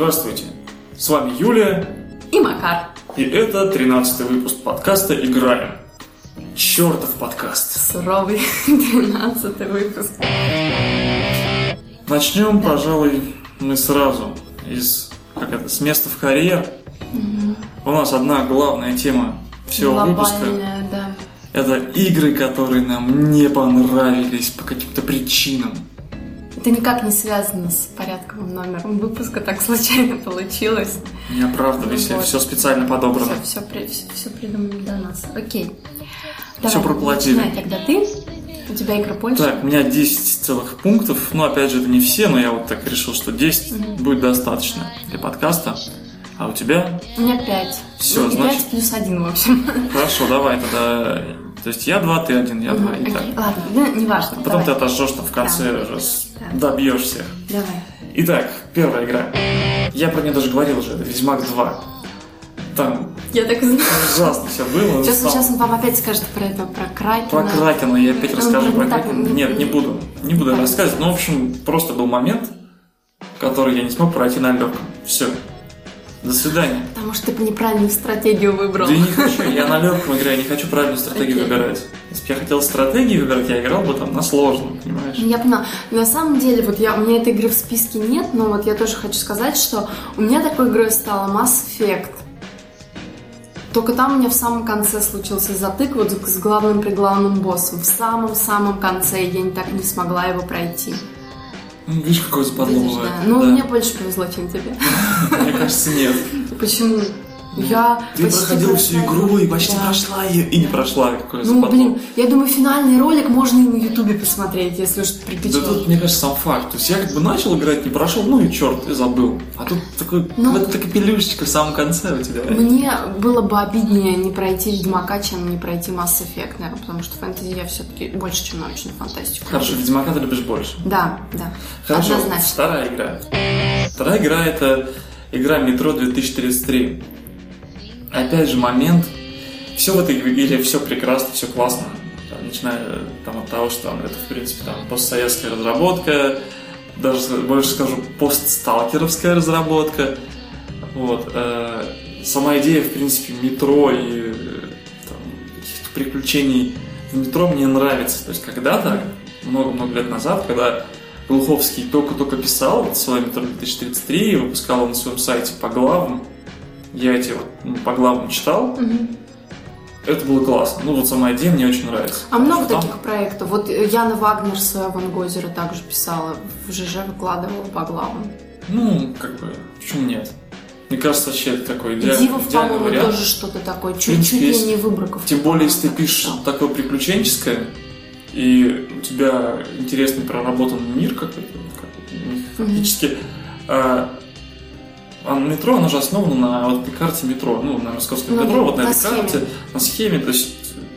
Здравствуйте, с вами Юлия и Макар. И это 13-й выпуск подкаста «Играем». Чертов подкаст. Суровый 13-й выпуск. Начнем, пожалуй, мы сразу с места в карьер. У нас одна главная тема всего выпуска. Да. Это игры, которые нам не понравились по каким-то причинам. Это никак не связано с порядковым номером выпуска, так случайно получилось. Не оправдывайся, все специально подобрано. Все придумали для нас. Окей. Все проплатили. Начинай тогда ты. У тебя игры больше. Так, у меня 10 целых пунктов. Ну, опять же, это не все, но я вот так решил, что 10 будет достаточно для подкаста. А у тебя? У меня 5. Все, значит... 5 плюс 1, в общем. Хорошо, давай тогда... То есть я 2, ты 1, я 2. Окей, ладно, ну, неважно. Потом давай. ты отожжешь там в конце, добьешь всех. Давай. Итак, первая игра. Я про нее даже говорил уже, это Ведьмак 2. Там я так и знаю. Ужасно все было. Сейчас он вам опять скажет про Кракена. Про Кракена я опять расскажу про так, Кракена. Нет, не буду. Не буду рассказывать. Ну, в общем, просто был момент, который я не смог пройти на легком. Все. До свидания. Потому что ты неправильную стратегию выбрал. Да я не хочу, я на легком играю, я не хочу правильную стратегию выбирать. Если бы я хотел стратегию выбирать, я играл бы там на сложном, понимаешь? Я поняла. На самом деле, вот у меня этой игры в списке нет, но вот я тоже хочу сказать, что у меня такой игрой стала Mass Effect. Только там у меня в самом конце случился затык вот с главным-преглавным боссом. В самом-самом конце я так не смогла его пройти. Видишь, какое западло бывает. Да. Ну, мне больше повезло, чем тебе. Мне кажется, нет. Почему? Ты проходила всю игру и почти прошла ее, и не прошла. Какое западло. Блин, я думаю, финальный ролик можно и на Ютубе посмотреть, если уж припечет. Да тут, мне кажется, сам факт. То есть я как бы начал играть, не прошел, ну и черт, и забыл. А тут такая капелюшечка в самом конце у тебя. Мне было бы обиднее не пройти Ведьмака, чем не пройти Mass Effect, наверное, потому что фэнтези я все-таки больше, чем научную фантастику. Хорошо, Ведьмака ты любишь больше. Да. Хорошо, однозначно. Вторая игра это игра Metro 2033. Опять же момент, все в этой игре, все прекрасно, все классно, начиная от того, что это, в принципе, постсоветская разработка, даже больше скажу, постсталкеровская разработка. Вот. Сама идея, в принципе, метро и каких-то приключений в метро мне нравится. То есть когда-то, много-много лет назад, когда Глуховский только писал свой Метро 2033 и выпускал на своем сайте по главам, я эти по главам читал. Это было классно. Ну, вот сама идея мне очень нравится. А много таких проектов. Вот Яна Вагнер своего Вангозера также писала, в ЖЖ выкладывала по главам. Ну, почему нет? Мне кажется, вообще это такой идеальный Дивов, по-моему, вариант. тоже что-то такое. Чуть ли не Выборков. Тем более, если ты пишешь такое приключенческое, и у тебя интересный проработанный мир какой-то, фактически. А метро, оно же основано на вот этой карте метро, на московском метро, вот на этой карте, на схеме, то есть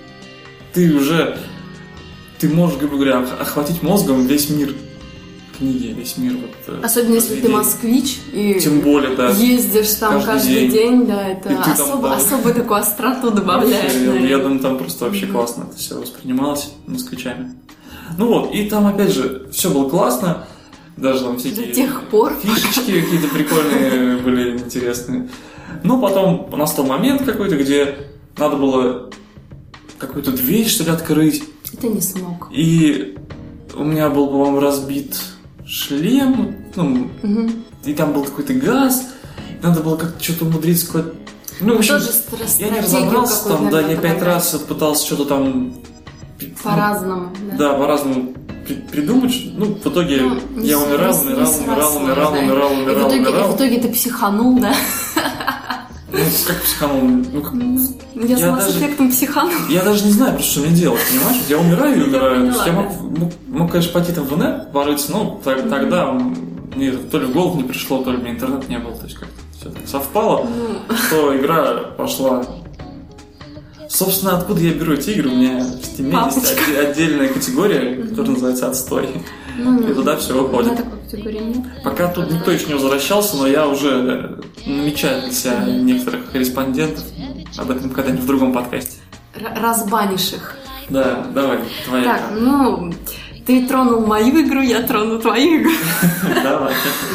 ты можешь, грубо говоря, охватить мозгом весь мир книги, весь мир. Особенно если ты москвич и тем более, да, ездишь там каждый день, да, это особую такую остроту добавляет. Я думаю, там просто вообще классно это все воспринималось москвичами. Ну вот, и там опять же все было классно. Даже там всякие до тех пор фишечки какие-то прикольные были, интересные. Но потом настал момент какой-то, где надо было какую-то дверь, что ли, открыть. И ты не смог. И у меня был, по-моему, разбит шлем, и там был какой-то газ, и надо было как-то что-то умудриться какое-то... в общем, я не разобрался там, да, я 5 раз пытался что-то там... По-разному. Да, по-разному придумать, в итоге я умирал. В итоге ты психанул, да? Как психанул? Я с Mass Effect психанул. Я даже не знаю, просто что мне делать, понимаешь? Я умираю и умираю. Я мог, конечно, пойти там в инет порыться, но тогда мне то ли в голову не пришло, то ли мне интернет не было, то есть как-то все так совпало, что игра пошла. Собственно, откуда я беру эти игры? У меня в Steam есть отдельная категория, которая называется «Отстой». И туда все выходит. У меня такой категории нет. Пока тут никто еще не возвращался, но я уже намечаю для себя некоторых корреспондентов. Об этом когда-нибудь в другом подкасте. Разбанишь их. Да, давай, твоя. Так, ты тронул мою игру, я трону твою игру. Давай.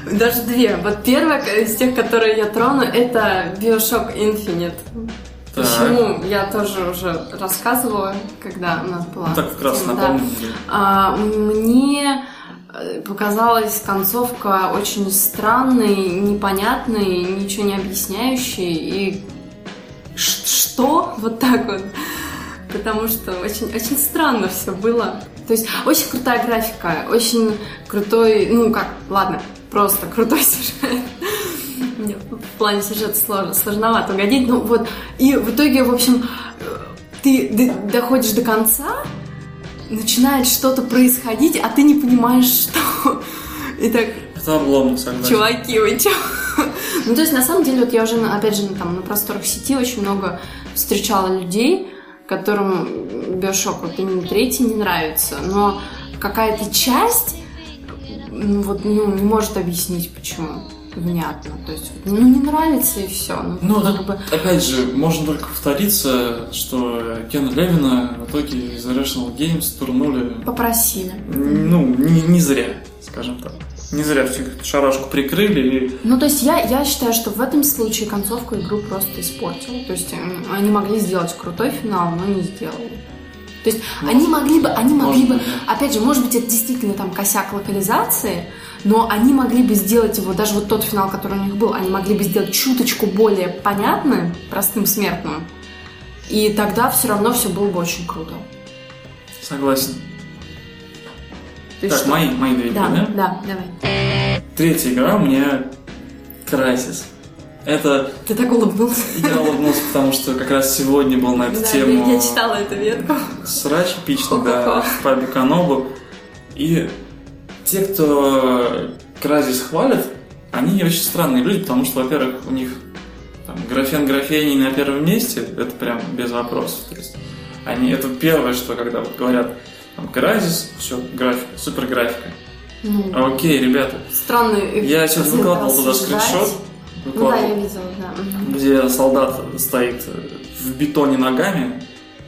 Даже две. Вот первая из тех, которые я трону, это BioShock Infinite. Так. Почему? Я тоже уже рассказывала, когда у нас была... Так, вкратце напомню. Мне показалась концовка очень странной, непонятной, ничего не объясняющей. И что? Вот так вот. Потому что очень, очень странно все было. То есть очень крутая графика, очень крутой, просто крутой сюжет. Мне в плане сюжета сложновато угодить. Ну вот, и в итоге, в общем, ты доходишь до конца, начинает что-то происходить, а ты не понимаешь, что. И так... Это облом, согласен. Чуваки, вы чё? Ну, то есть, на самом деле, вот я уже, опять же, там, на просторах сети очень много встречала людей, которым BioShock, вот именно третий, не нравится. Но какая-то часть не может объяснить, почему. Внятно. То есть, не нравится и все. Опять же, можно только повториться, что Кена Левина в итоге из Irrational Games турнули... Попросили. Не зря, скажем так. Не зря всю шарашку прикрыли. То есть я считаю, что в этом случае концовку игру просто испортила. То есть они могли сделать крутой финал, но не сделали. То есть они могли бы, опять же, может быть, это действительно там косяк локализации, но они могли бы сделать его, даже вот тот финал, который у них был, они могли бы сделать чуточку более понятным, простым смертным, и тогда все равно все было бы очень круто. Согласен. Так, мои две игры, да? Да, давай. Третья игра у меня Crysis. Это... Ты так улыбнулся. Я улыбнулся, потому что как раз сегодня был на эту тему... Я читала эту ветку. Срач эпичный, да, в пабе Канобу. И те, кто Crysis хвалит, они очень странные люди, потому что, во-первых, у них там, графений на первом месте, это прям без вопросов. То есть это первое, что когда вот говорят Crysis, все, графика, супер графика. Окей, ребята. Странный. Я сегодня выкладывал туда скриншот. Да, я видела, да. Где солдат стоит в бетоне ногами,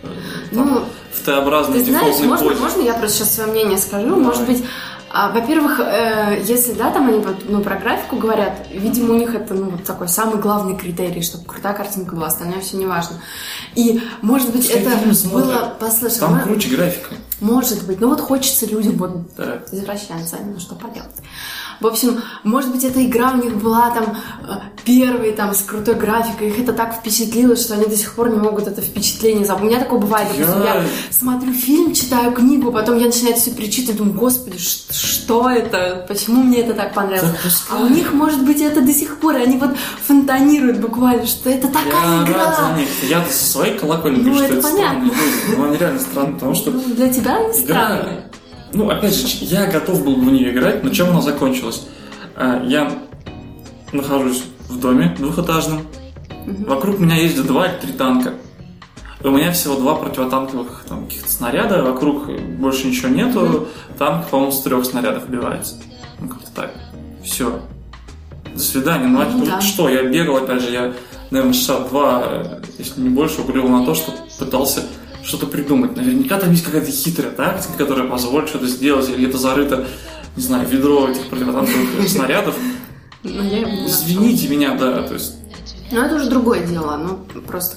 в Т-образной дефолтной позе. Можно я просто сейчас свое мнение скажу? Да. Может быть, во-первых, если, там они про графику говорят, видимо, у них это, такой самый главный критерий, чтобы крутая картинка была, остальное все не важно. И, может быть, это было... Послушай, там круче графика. Может быть, хочется людям извращаться, что поделать. В общем, может быть, эта игра у них была там первой с крутой графикой, их это так впечатлило, что они до сих пор не могут это впечатление забыть. У меня такое бывает, допустим, я смотрю фильм, читаю книгу, потом я начинаю все перечитывать, думаю, господи, что это, почему мне это так понравилось? А у них, может быть, это до сих пор, они фонтанируют буквально, что это такая игра. Рад за них. Я-то со своей колокольни говорю, что это понятно. Странно. Они реально странно, потому что... Для тебя они странные. Опять же, я готов был в нее играть, но чем она закончилась? Я нахожусь в доме двухэтажном, вокруг меня ездят 2 или 3 танка. И у меня всего 2 противотанковых каких-то снаряда, вокруг больше ничего нету, танк, по-моему, с 3 снарядов убивается. Как-то так. Все. До свидания. Что? Я бегал, опять же, я, наверное, часа 2, если не больше, угорел на то, что пытался что-то придумать. Наверняка там есть какая-то хитрая тактика, которая позволит что-то сделать, или это зарыто, не знаю, ведро этих противотанковых снарядов. Извините меня, да, то есть... это уже другое дело, просто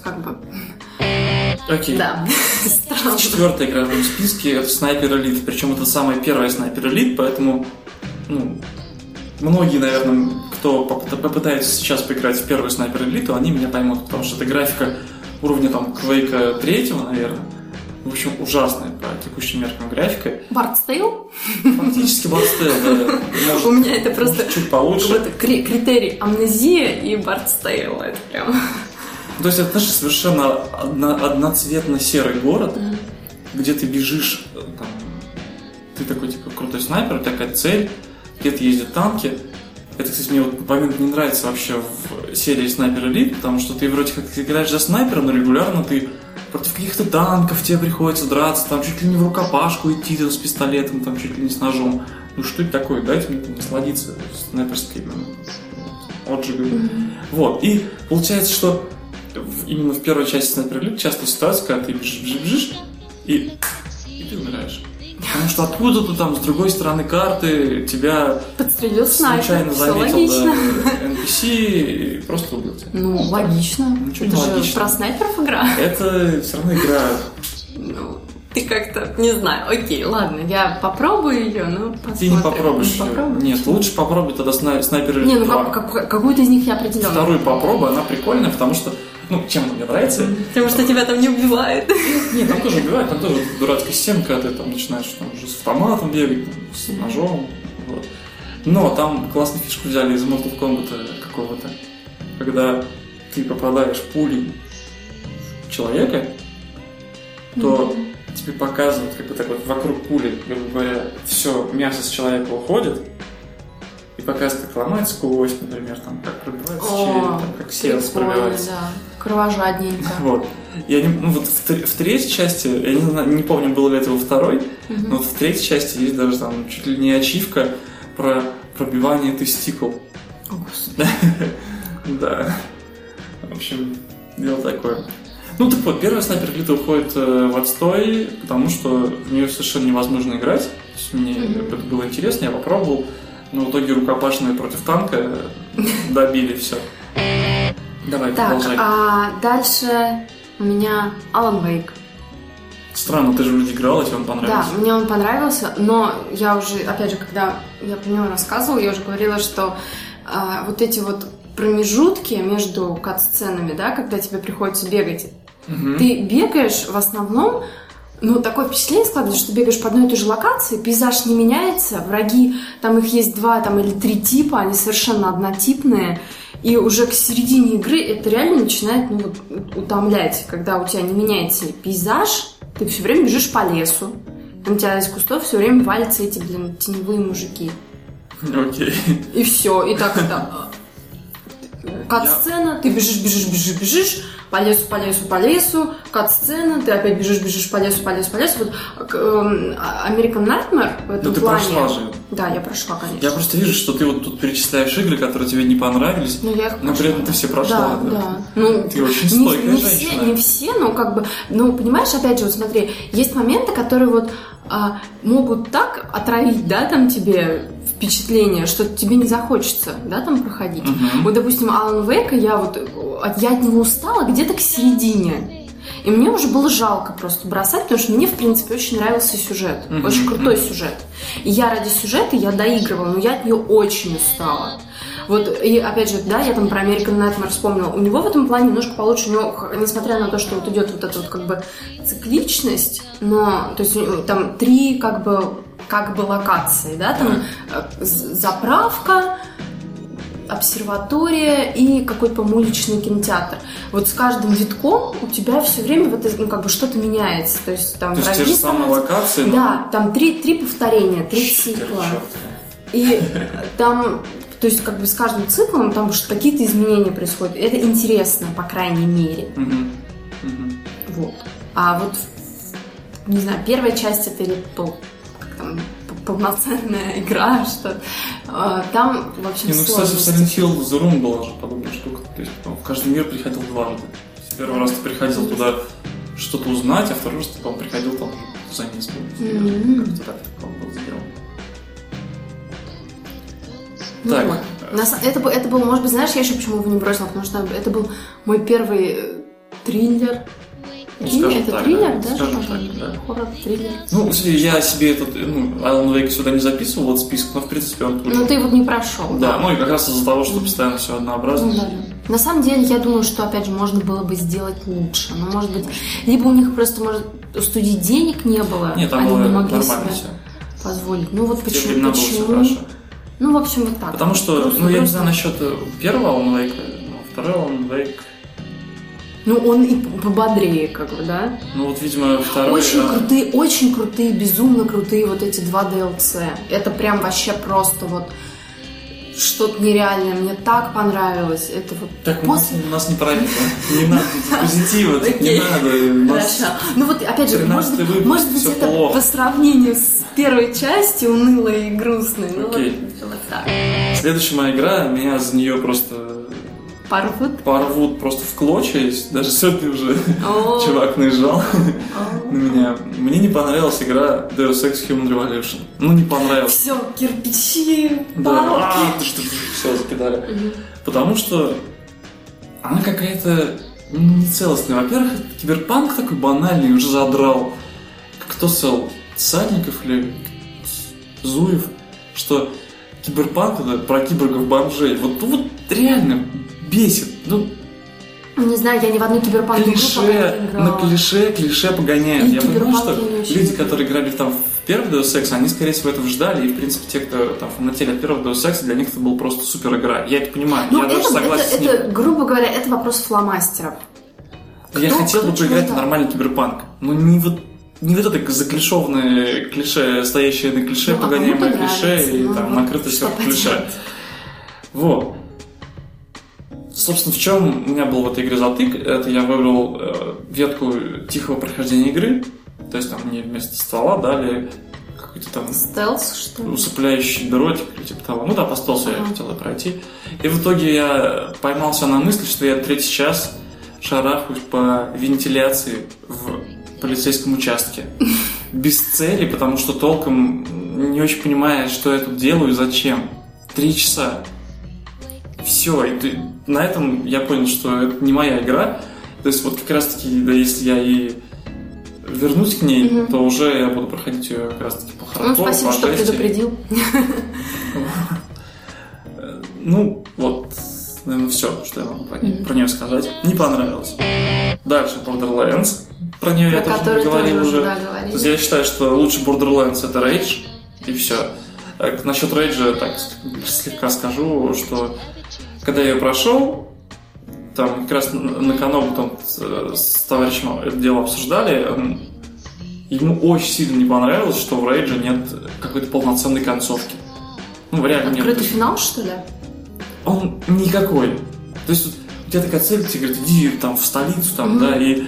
Окей. Да. 4-я игра в моем списке — это Sniper Elite, причем это самая первая Sniper Elite, поэтому, многие, наверное, кто попытается сейчас поиграть в первую Sniper Elite, они меня поймут, потому что это графика уровня Quake 3, наверное. В общем, ужасная по текущим меркам графика. Бардстейл? Фактически Бардстейл, да. У меня это просто чуть получше. Критерий амнезия и Бардстейл. Это прям... То есть это совершенно одноцветно-серый город, где ты бежишь, ты такой крутой снайпер, у тебя какая-то цель, где-то ездят танки. Это, кстати, мне момент не нравится вообще в серии Sniper Elite, потому что ты вроде как играешь за снайпера, но регулярно ты против каких-то танков тебе приходится драться, чуть ли не в рукопашку идти с пистолетом, чуть ли не с ножом. Что это такое? Дайте мне насладиться снайперской отжигом. И получается, что именно в первой части Sniper Elite часто ситуация, когда ты бежишь, и ты умираешь. Потому что откуда-то там с другой стороны карты тебя подстрелил снайпер. Случайно Все заметил, логично. да, NPC и просто убил тебя. Ну, логично. Ничего Это не же логично. про снайперов игра. Это все равно игра. Ну, ты как-то, не знаю, окей, ладно, я попробую ее, но посмотрим. Ты не попробуешь Не ее. попробуешь? Нет, лучше попробуй тогда снайпер Не, ну 2. какую-то из них я определенно. Вторую попробуй, она прикольная, потому что, ну, чем мне нравится. Потому что тебя там не убивают. Нет, там тоже убивают, там тоже дурацкая система, когда ты там начинаешь там, уже с автоматом бегать, там, с ножом. Вот. Но там классную фишку взяли из Mortal Kombat какого-то, когда ты попадаешь пулей в человека, то тебе показывают, как бы так вот вокруг пули, грубо говоря, все мясо с человека уходит, и показывают, как ломается кость, например, там, как пробивается череп, там, как сердце пробивается. Да. Кровожадненько. Вот. Ну, вот в третьей части, я не помню, было ли это во второй, но вот в третьей части есть даже там чуть ли не ачивка про пробивание тестикул. Да. В общем, дело такое. Ну, так вот, первая снайпер Элита уходит в отстой, потому что в нее совершенно невозможно играть. То есть мне это было интересно, я попробовал, но в итоге рукопашные против танка добили все. Давай, Так, продолжай. а дальше у меня Alan Wake. Странно, ты же вроде играла, тебе он понравился. Да, мне он понравился, но я уже, опять же, когда я про него рассказывала, я уже говорила, что вот эти вот промежутки между кат-сценами, да, когда тебе приходится бегать, ты бегаешь в основном, ну, такое впечатление складывается, что ты бегаешь по одной и той же локации, пейзаж не меняется, враги, там их есть 2 там, или 3 типа, они совершенно однотипные, и уже к середине игры это реально начинает, ну, вот, утомлять, когда у тебя не меняется пейзаж, ты все время бежишь по лесу, на тебя из кустов все время валятся эти, блин, теневые мужики. Окей. И все, и так это. Кат-сцена, ты бежишь, по лесу, кат-сцена, ты опять бежишь по лесу. Вот American Nightmare в этом ты плане. прошла же. Да, я прошла, конечно. Я просто вижу, что ты вот тут перечисляешь игры, которые тебе не понравились, Ну, я их но при этом ты все прошла. Да. Ну, ты очень стойкая женщина. Не все, но как бы, ну, понимаешь, опять же, вот смотри, есть моменты, которые вот могут так отравить, да, там тебе впечатление, что тебе не захочется, да, там проходить. Вот, допустим, Alan Wake, я от него устала где-то к середине. И мне уже было жалко просто бросать, потому что мне, в принципе, очень нравился сюжет. Очень крутой сюжет. И я ради сюжета я доигрывала, но я от нее очень устала. Вот, и опять же, да, я там про American Nightmare вспомнила. У него в этом плане немножко получше. У него, несмотря на то, что вот идет вот эта вот как бы цикличность, но, то есть там 3 как бы локации, да, там заправка, обсерватория и какой-то уличный кинотеатр. Вот с каждым витком у тебя все время вот, ну, как бы что-то меняется. То есть там те же самые локации, да, там 3 повторения, 3 цикла. И там, то есть как бы с каждым циклом там какие-то изменения происходят. Это интересно, по крайней мере. Вот. А вот, не знаю, первая часть это или полноценная игра, что там, в общем, ну, кстати, в Silent Hill The Room была же подобная штука. То есть в каждый мир приходил дважды. Первый раз ты приходил туда что-то узнать, а второй раз ты, по-моему, приходил там уже за ней Как-то так, по-моему, было сделано. Так. Это был, может быть, знаешь, я еще почему его не бросила, потому что это был мой первый триллер. Это так, триллер, да? да? Скажем так, да. Хоррор-триллер. Ну, я себе этот, Alan Wake сюда не записывал, вот список, но, в принципе, он тут. Но ты вот не прошел. Да, ну и как раз из-за того, что постоянно все однообразно. Ну, да. На самом деле, я думаю, что, опять же, можно было бы сделать лучше. Но, может быть, либо у них просто, может, у студии денег не было, нет, там они было не могли нормально себе все. позволить. Ну, вот почему? Было все хорошо. Ну, в общем, вот так. Потому что, просто, я не знаю насчет первого Alan Wake, но второй Alan Wake... Ну, он и пободрее, как бы, да? Ну, вот, видимо, второй... Очень крутые, безумно крутые вот эти 2 DLC. Это прям вообще просто вот что-то нереальное. Мне так понравилось. Это вот так, у нас не правильно. Не надо позитива, не надо. Хорошо. Ну, вот, опять же, может быть, это плохо. по сравнению с первой частью унылой и грустной. Ну, окей. вот так. Следующая моя игра, меня за нее просто Порвут просто в клочья. Даже сегодня уже чувак наезжал на меня. Мне не понравилась игра Deus Ex Human Revolution. Не понравилась. Все, кирпичи, палки. Все, закидали. Потому что она какая-то нецелостная. Во-первых, киберпанк такой банальный, уже задрал. Кто сказал? Сальников или Зуев? Что киберпанк это про киборгов-бомжей. Вот реально бесит. Не знаю, я ни в одну киберпанк не играла. На клише погоняют. Я понимаю, что люди, которые играли там в первый Deus Ex, они, скорее всего, этого ждали. И, в принципе, те, кто там фанатели от первого Deus Ex, для них это была просто супер игра. Я это понимаю. Я даже согласен с ним. Грубо говоря, это вопрос фломастеров. Я хотел бы поиграть в нормальный киберпанк. Но не вот это заклишованное клише, стоящее на клише, погоняемое клише и там накрыто все в клише. Вот. Собственно, в чем у меня был в этой игре затык, это я выбрал ветку тихого прохождения игры, то есть там мне вместо ствола дали какой-то там стелс, что ли? Усыпляющий дротик, типа того. По стелсу я хотел пройти. И в итоге я поймался на мысли, что я 3-й час шарахаюсь по вентиляции в полицейском участке. Без цели, потому что толком не очень понимая, что я тут делаю и зачем. 3 часа. Все, и на этом я понял, что это не моя игра. То есть вот как раз-таки, если я и вернусь к ней, то уже я буду проходить ее как раз-таки по хардкору, спасибо, что предупредил. Наверное, все, что я могу про нее сказать. Не понравилось. Дальше Borderlands. Про нее я тоже говорил уже. То есть я считаю, что лучше Borderlands это Rage, и все. Насчет Rage так слегка скажу, что когда я ее прошел, там как раз на канале там с товарищем это дело обсуждали, ему очень сильно не понравилось, что в Rage нет какой-то полноценной концовки. Реально нет. Открытый финал, что ли? Он никакой. То есть у тебя такая цель, тебе говорят, иди там в столицу, там, и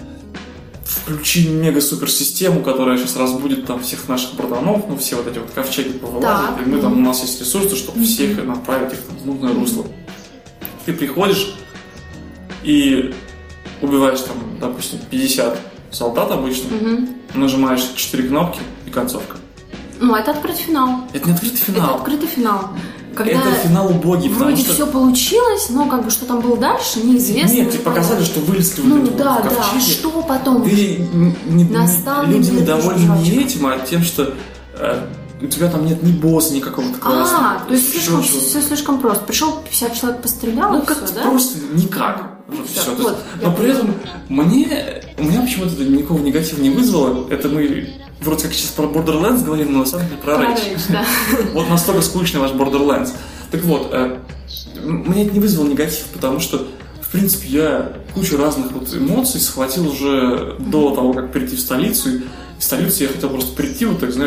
включи мега-суперсистему, которая сейчас разбудит там всех наших братанов, все вот эти вот ковчеги повылазят, и у нас есть ресурсы, чтобы всех направить их в нужное русло. Ты приходишь и убиваешь там, допустим, 50 солдат обычно, нажимаешь 4 кнопки и концовка. Это открытый финал. Это не открытый финал. Это открытый финал. Когда это финал убогий, вроде потому что все получилось, но что там было дальше, неизвестно. Нет, тебе показали, что вылезли в ковчеге. Что потом? Люди недовольны не этим, а тем, что у тебя там нет ни босса, ни какого-то класса. То есть все слишком просто. Пришел 50 человек, пострелял, как-то просто никак. Все. Но при этом у меня почему-то это никакого негатива не вызвало. Это мы вроде как сейчас про Borderlands говорим, но на самом деле про Rage. Да. Вот настолько скучный ваш Borderlands. Так вот, мне это не вызвало негатив, потому что, в принципе, я кучу разных эмоций схватил уже до того, как прийти в столицу. И в столицу я хотел просто прийти,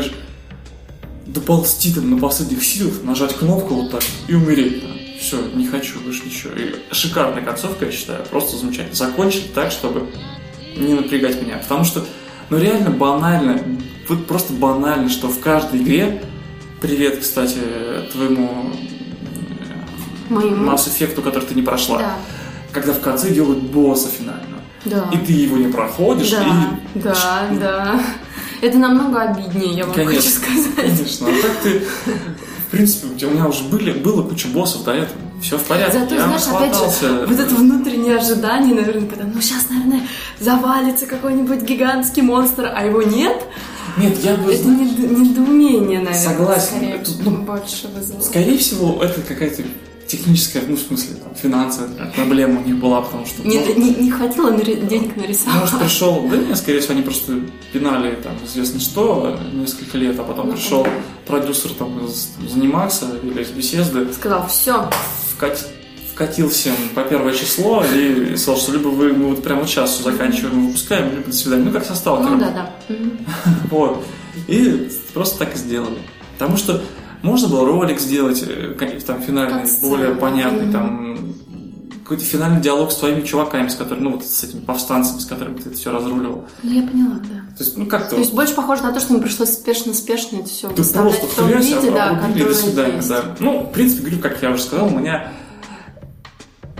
доползти там на последних силах, нажать кнопку вот так и умереть. Все, не хочу больше ничего. И шикарная концовка, я считаю, просто замечательно. Закончить так, чтобы не напрягать меня. Потому что, реально банально, просто банально, что в каждой игре, привет, кстати, твоему Mass Effect, который ты не прошла, когда в конце делают босса финального, и ты его не проходишь, Да. Это намного обиднее, я вам хочу сказать. Конечно, а так ты... В принципе, у меня уже было куча боссов до этого. Все в порядке. Зато, знаешь, опять же, вот это внутреннее ожидание, наверное, когда, сейчас, наверное, завалится какой-нибудь гигантский монстр, а его нет. Нет, я бы... Это недоумение, наверное. Согласен. Больше вызвало. Скорее всего, это какая-то техническая, в смысле, финансовая проблема у них была, потому что... Не хватило денег нарисовать. Может, пришел... скорее всего, они просто пинали, известно что, несколько лет, а потом пришел продюсер из ZeniMax или из Bethesda. Сказал, все. Вкатил всем по 1 число и сказал, что либо мы прямо сейчас все заканчиваем и выпускаем, либо до свидания. Как со Сталкером. Да. Вот. И просто так и сделали. Потому что можно было ролик сделать, там, финальный, более понятный, там, какой-то финальный диалог с твоими чуваками, с которыми, с этими повстанцами, с которыми ты это все разруливал. Я поняла, да. То есть, как-то... То есть, больше похоже на то, что им пришлось спешно это все ты выставлять просто в том виде, до свидания, есть. да. В принципе, говорю, как я уже сказал, у меня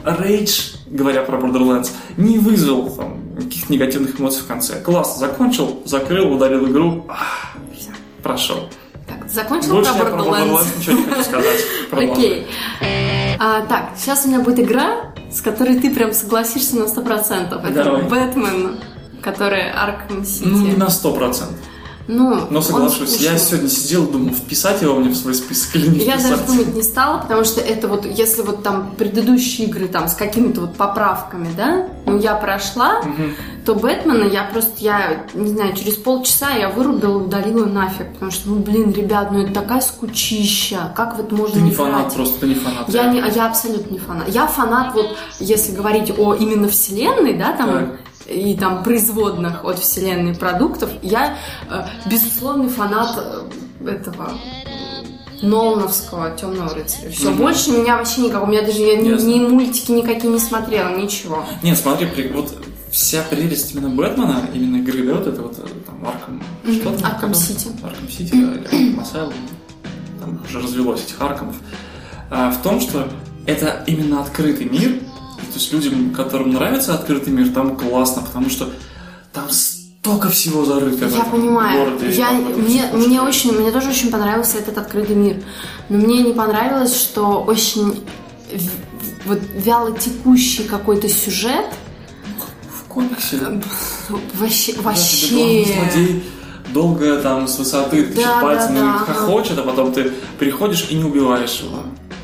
рейдж, говоря про Borderlands, не вызвал там каких-то негативных эмоций в конце. Классно, закончил, закрыл, удалил игру, все, прошел. Так, закончил больше про я про Borderlands ничего не хочу сказать. Окей. Так, сейчас у меня будет игра, с которой ты прям согласишься на 100%. Это Бэтмен, который Arkham City. Ну, не на 100%. Но соглашусь, я сегодня сидел, думал, вписать его мне в свой список или не вписать. Я даже думать не стала, потому что это вот, если вот там предыдущие игры там с какими-то вот поправками, да, я прошла, то Бэтмена я не знаю, через полчаса я вырубила, удалила нафиг, потому что, ребят, это такая скучища, как вот можно не играть? Фанат, просто ты не фанат. Я абсолютно не фанат. Я фанат, вот, если говорить о именно вселенной, да, там... Так. И там производных от вселенной продуктов, я безусловный фанат этого Нолановского «Темного рыцаря». Все, больше меня вообще никак. У меня даже ни мультики никакие не смотрела, ничего. Нет, смотри, вот вся прелесть именно Бэтмена, именно игры, да, вот это вот там Арkham... Что там? Арkham Сити. Арkham Сити, да, или Arkham Asylum. Там уже развелось этих Аркамов. В том, что это именно открытый мир. То есть людям, которым нравится открытый мир, там классно, потому что там столько всего зарыто. Я понимаю. Мне тоже очень понравился этот открытый мир. Но мне не понравилось, что очень вот вяло текущий какой-то сюжет. В комиксе? Вообще. Злодей долго там с высоты пальцами хохочет, а потом ты приходишь и не убиваешь его.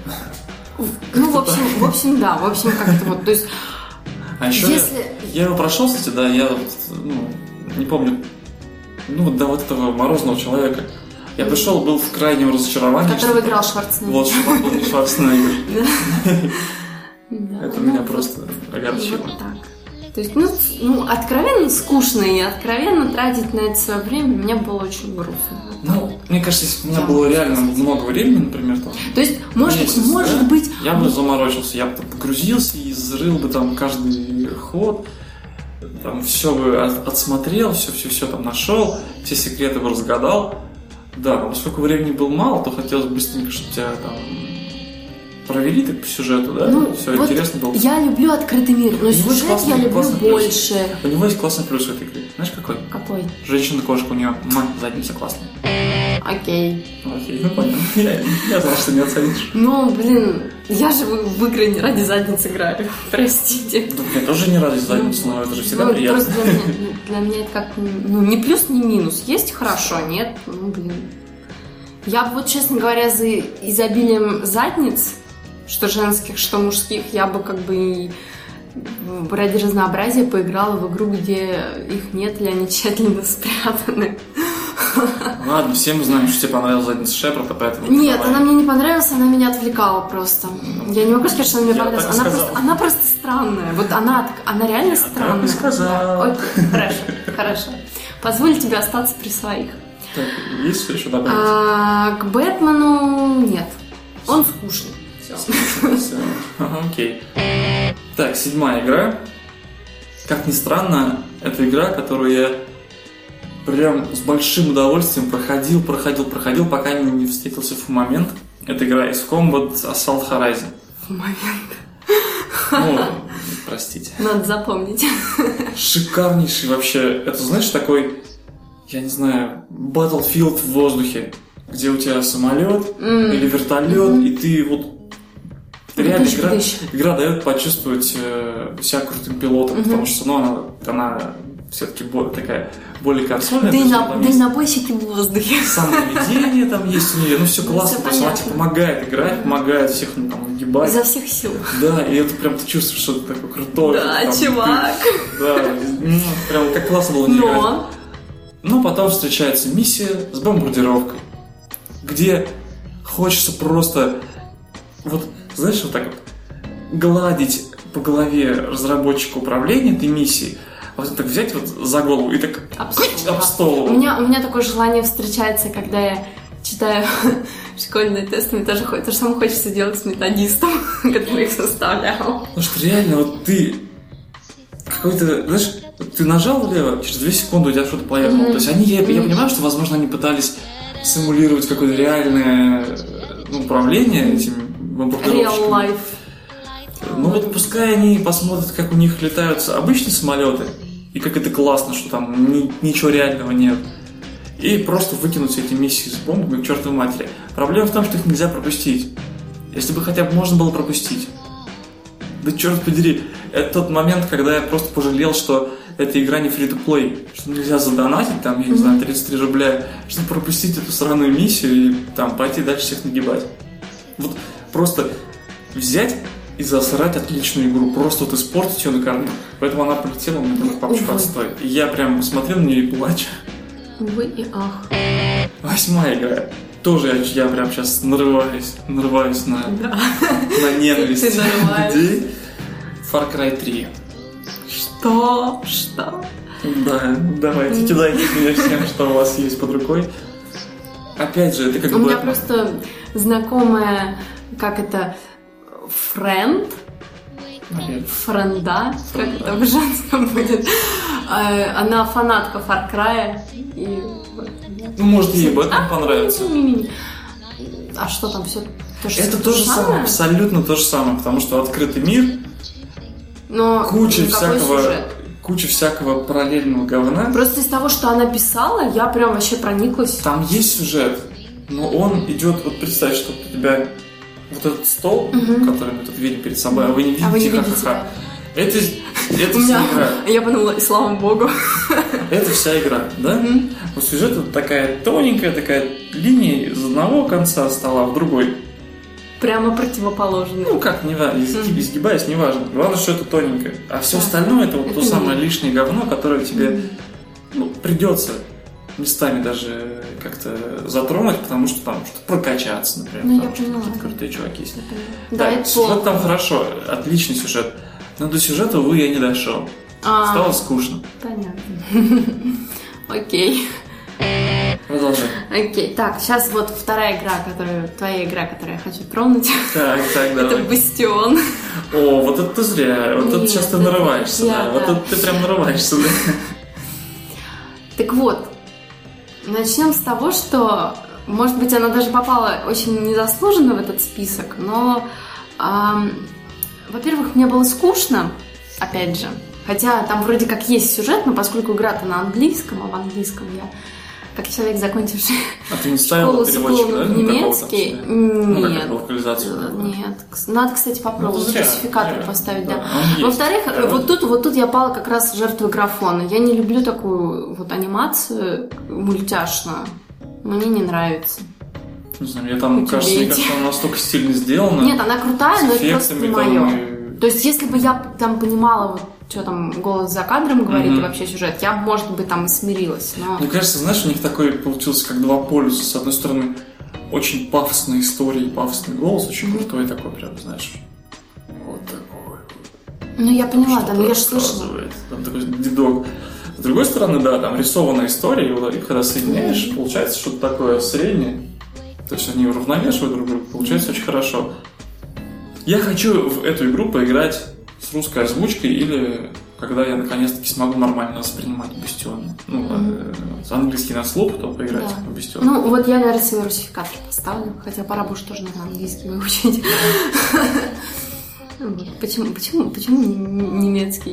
В общем, как-то вот, то есть... А еще я его прошел, кстати, да, я не помню, до вот этого морозного человека. Я пришел, был в крайнем разочаровании. Которого играл Шварценеггер. Вот, был не Шварценеггер. Это меня просто огорчило. Вот так. То есть, откровенно скучно и откровенно тратить на это свое время мне было очень грустно. Мне кажется, если бы у меня было реально много времени, например, там... То есть, может быть... Я бы заморочился, я бы там погрузился и изрыл бы там каждый ход, там все бы отсмотрел, все там нашел, все секреты бы разгадал. Да, поскольку времени было мало, то хотелось быстренько, чтобы тебя там... провели так по сюжету, да? Все вот интересно было. Я люблю открытый мир, но сюжет я люблю больше. У него есть классный плюс в этой игре. Знаешь, какой? Какой? Женщина-кошка, у нее задница классная. Окей, понял. Я знал, что не оценишь. Я же в игры не ради задницы играю, простите. Я тоже не ради задницы, но это же всегда приятно. Просто для меня это как, ни плюс, ни минус. Есть хорошо, нет, Я бы, честно говоря, за изобилием задниц, что женских, что мужских, я бы ради разнообразия поиграла в игру, где их нет, или они тщательно спрятаны. Ладно, все мы знаем, что тебе понравилась задница Шепарда, поэтому... Нет, она мне не понравилась, она меня отвлекала просто. Я не могу сказать, что она мне понравилась. Она просто странная. Вот она реально странная. Я так и сказал. Окей, хорошо. Позволь тебе остаться при своих. Так, есть что еще добавить? К Бэтмену нет. Он скучный. Все. Окей. Так, 7-я игра. Как ни странно, это игра, которую я прям с большим удовольствием проходил, пока не встретился Фумамент. Это игра из Combat Assault Horizon. Фумамент. Простите. Надо запомнить. Шикарнейший вообще. Это, знаешь, такой, я не знаю, Battlefield в воздухе, где у тебя самолет или вертолет, и ты вот... Реально игра дает почувствовать себя крутым пилотом, потому что она все-таки такая более консольная. Дальнобойщики в воздухе. Самонаведение там есть у нее, все классно, просто она тебе помогает играть, помогает всех нагибать. Изо всех сил. Да, и это прям ты чувствуешь, что ты такой крутой. Да, чувак. Да, прям как классно было не играть. Но потом встречается миссия с бомбардировкой, где хочется просто знаешь, вот так вот гладить по голове разработчика управления этой миссии, а вот так взять вот за голову и так об стол. У меня такое желание встречается, когда я читаю школьные тесты, мне тоже то же самое хочется делать с методистом, который их составлял. Потому что реально вот ты какой-то, знаешь, ты нажал влево, через 2 секунды у тебя что-то поехало. То есть я понимаю, что, возможно, они пытались симулировать какое-то реальное управление этим бомбардировщиками. Real life. Ну вот пускай они посмотрят, как у них летают обычные самолеты, и как это классно, что там ничего реального нет. И просто выкинуть эти миссии с бомбами к чертовой матери. Проблема в том, что их нельзя пропустить. Если бы хотя бы можно было пропустить. Да черт подери, это тот момент, когда я просто пожалел, что эта игра не free-to-play, что нельзя задонатить, там, я не знаю, 33 рубля, чтобы пропустить эту сраную миссию и там пойти дальше всех нагибать. Вот просто взять и засрать отличную игру, просто вот испортить ее на корню. Поэтому она полетела, у меня тоже папочка отстой. И я прям смотрел на нее и плачу. Увы и ах. 8-я игра. Тоже я прям сейчас нарываюсь на ненависть людей. Far Cry 3. Что? Да, давайте, кидайте меня всем, что у вас есть под рукой. Опять же, это как бы... У меня просто знакомая, как это, френда, как это в женском будет. Она фанатка Far Cry. И... Ну, может, ей об этом понравится. А что там все? Это то же самое, абсолютно то же самое, потому что открытый мир, но куча всякого параллельного говна. Просто из того, что она писала, я прям вообще прониклась. Там есть сюжет, но он идет, вот представь, что у тебя вот этот стол, который мы тут видим перед собой, а вы не видите, ха-ха-ха. Это вся игра. Я подумала, и слава богу. Это вся игра, да? Вот сюжет это такая тоненькая, такая линия из одного конца стола в другой. Прямо противоположный. Ну как, изгибаясь, неважно. Главное, что это тоненькое. А все остальное это вот то самое лишнее говно, которое тебе придется местами даже как-то затронуть, потому что там что прокачаться, например. Ну, потому я поняла. Что крутые чуваки есть. Да, сюжет там хорошо, отличный сюжет. Но до сюжета, увы, я не дошел. Стало скучно. Понятно. Окей. Продолжай. Окей, так, сейчас вот твоя игра, которую я хочу тронуть. Так, давай. Это Бастион. О, вот это ты зря. Вот это сейчас ты нарываешься, да. Вот это ты прям нарываешься, да. Так вот, начнем с того, что, может быть, она даже попала очень незаслуженно в этот список, но, во-первых, мне было скучно, опять же, хотя там вроде как есть сюжет, но поскольку игра-то на английском, а в английском я, как человек, закончивший ты не ставила переводчик, да? В немецкий? Нет. Локализацию? Нет. Надо, кстати, попробовать классификатор поставить, да. Во-вторых, да. вот тут я пала как раз в жертву графона. Я не люблю такую вот анимацию мультяшную. Мне не нравится. Не знаю, мне кажется, она настолько стильно сделана. Нет, она крутая, но это просто не мое. То есть, если бы я там понимала, вот, что там голос за кадром говорит и вообще сюжет, я, может быть, там и смирилась. Но... Мне кажется, знаешь, у них такой получился, как два полюса. С одной стороны, очень пафосная история и пафосный голос, очень крутой такой, прям, знаешь, вот такой. Ну, я поняла, да, но я же слышала. Там такой дедок. С другой стороны, да, там рисованная история, и когда соединяешь, получается что-то такое среднее. То есть они уравновешивают друг друга, получается очень хорошо. Я хочу в эту игру поиграть с русской озвучкой или когда я наконец-таки смогу нормально воспринимать Бастион. Английский на слух, то поиграть в Бастион. Ну, вот я, наверное, свой русификатор поставлю, хотя пора бы уж тоже, наверное, английский выучить. Почему немецкий?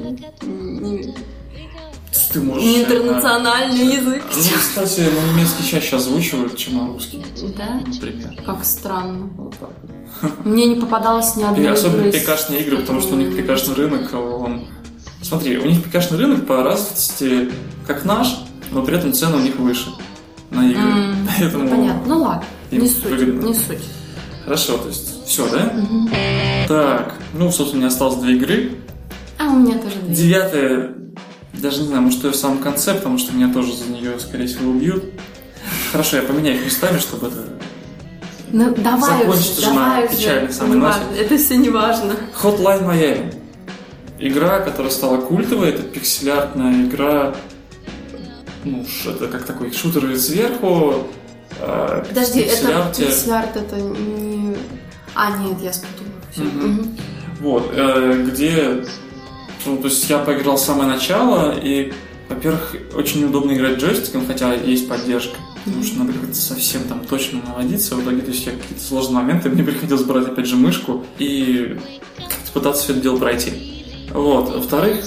Ты можешь... Не интернациональный язык. Ну, кстати, на немецкий чаще озвучивают, чем на русский. Да? Например. Как странно. Вот так. Мне не попадалось ни одной игры. Особенно ПКшные игры, потому что у них ПКшный рынок, он... Смотри, у них ПКшный рынок по развитости как наш, но при этом цены у них выше на игры. Поэтому... Понятно. Ну ладно, не суть. Хорошо, то есть все, да? Так, собственно, у меня осталось 2 игры. А у меня тоже 2. 9-я, даже не знаю, может, ее в самом конце, потому что меня тоже за нее, скорее всего, убьют. Хорошо, я поменяю их местами, чтобы это... Ну, давай закончится же на печальной самой ноте. Это все не важно. Hotline Miami. Игра, которая стала культовой, это пиксель-артная игра. Это как такой шутер сверху. Подожди, это пиксель-арт, это не... нет, я спутала. Вот, где... то есть я поиграл с самого начала, и, во-первых, очень неудобно играть джойстиком, хотя есть поддержка. Потому что надо как-то совсем там точно наводиться. В итоге, то есть я какие-то сложные моменты, мне приходилось брать опять же мышку и как-то пытаться все это дело пройти. Вот. Во-вторых,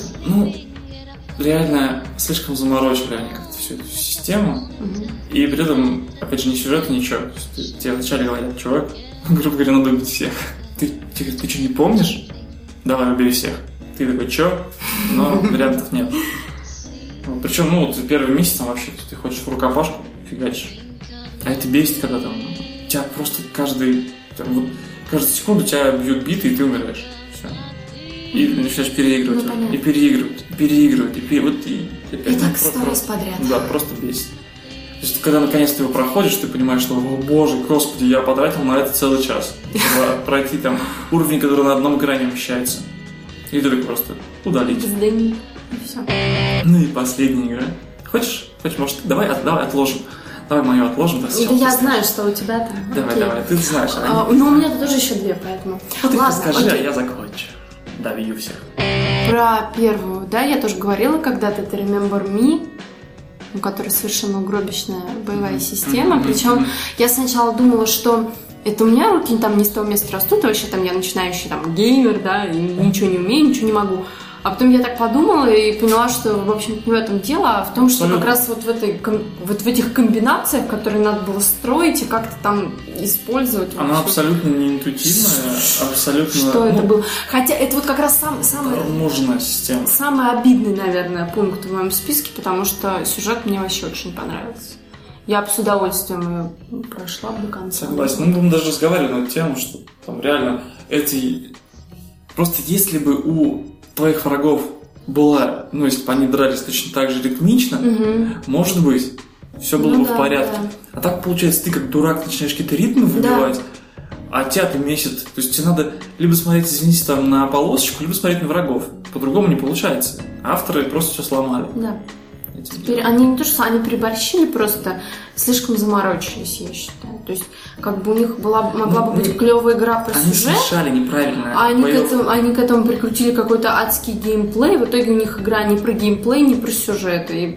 реально слишком заморочили они как-то всю эту систему. И при этом, опять же, ни сюжета, ничего. Тебе вначале говорят, чувак, грубо говоря, надо убить всех. Ты что, не помнишь? Давай, убей всех. Ты такой, чё? Но вариантов нет. Причем, первый месяц там вообще ты хочешь в рукопашку, фигачишь. А это бесит, когда там тебя просто каждую секунду тебя бьют биты, и ты умираешь. Все. И начинаешь переигрывать. И переигрывать. И так 100 раз подряд. Да, просто бесит. То есть, когда наконец ты его проходишь, ты понимаешь, что, о боже, господи, я потратил на это целый час. Чтобы пройти там уровень, который на одном экране вмещается. И ты просто удалить. И все. И последняя игра. Хочешь, может, давай отложим. Давай мою отложим. Да я знаю, что у тебя там. Давай, ты знаешь. У меня тут тоже еще 2, поэтому. Ты расскажи, а я закончу. Дави всех. Про первую, да, я тоже говорила когда-то, это Remember Me, у которой совершенно угробищная боевая система. Причем я сначала думала, что это у меня руки там не с того места растут, и вообще там я начинающий там геймер, да, и ничего не умею, ничего не могу. А потом я так подумала и поняла, что, в общем, не в этом дело, а в том, что как раз вот в этих комбинациях, которые надо было строить и как-то там использовать. Она абсолютно не интуитивная, абсолютно... Что это было? Хотя это вот как раз нужная система. Самый обидный, наверное, пункт в моем списке, потому что сюжет мне вообще очень понравился. Я бы с удовольствием ее прошла до конца. Согласен. Мы даже разговаривали на эту тему, что там реально Просто если бы у твоих врагов была, если бы они дрались точно так же ритмично, может быть, все было бы в порядке. Да. А так, получается, ты как дурак начинаешь какие-то ритмы выбивать, а тебя-то месяц. То есть тебе надо либо смотреть, извините, там на полосочку, либо смотреть на врагов. По-другому не получается. Авторы просто все сломали. Да. Теперь они не то, что они переборщили, просто слишком заморочились, я считаю. То есть, как бы у них могла бы быть клевая игра про сюжет. Они смешали неправильно. А они к этому прикрутили какой-то адский геймплей. В итоге у них игра не про геймплей, не про сюжет. И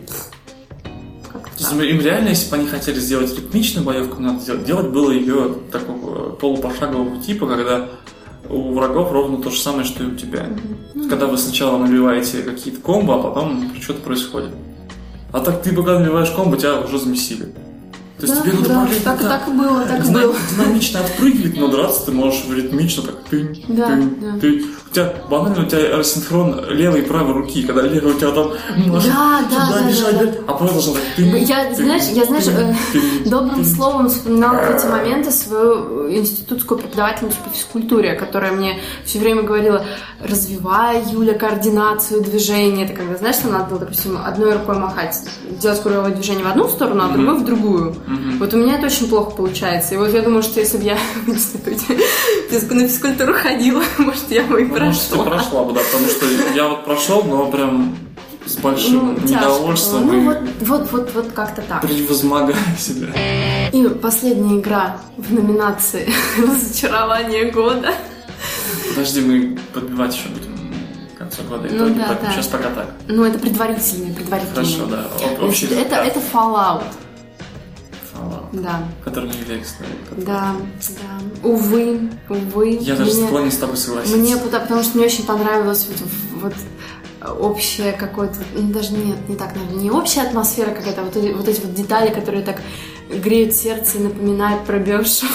им реально, если бы они хотели сделать ритмичную боевку, надо делать было ее такого полупошагового типа, когда у врагов ровно то же самое, что и у тебя. Когда вы сначала набиваете какие-то комбо, а потом что-то происходит. А так ты пока набиваешь комбо, тебя уже замесили. То есть тебе надо так и было, так и было. Динамично отпрыгивать, но драться ты можешь ритмично так тынь. У тебя банально асинхрон левой и правой руки, когда левая у тебя там туда бежать, а правая должна так тынь. Я добрым словом вспоминала в эти моменты свою институтскую преподавательницу по физкультуре, которая мне все время говорила: развивай, Юля, координацию движения. Это когда, знаешь, что надо было, допустим, одной рукой махать, делать круговое движение в одну сторону, а другой в другую. Вот у меня это очень плохо получается. И вот я думаю, что если бы я в институте на физкультуру ходила, может, я бы и прошла. Может, ты прошла бы, да, потому что я вот прошел, но прям с большим недовольством. Вот как-то так. Превозмогая себя. И последняя игра в номинации «Разочарование года». Подожди, мы подбивать еще будем к концу года. Сейчас пока так. Это предварительные. Хорошо, да. Это Fallout. Да. Который не видели, кстати. Да. Увы. Я даже склонен с тобой согласиться. Потому что мне очень понравилось вот общая какое-то, даже не так, наверное, не общая атмосфера какая-то, вот эти вот детали, которые так греют сердце и напоминают про Bioshock.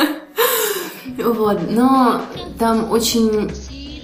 Но там очень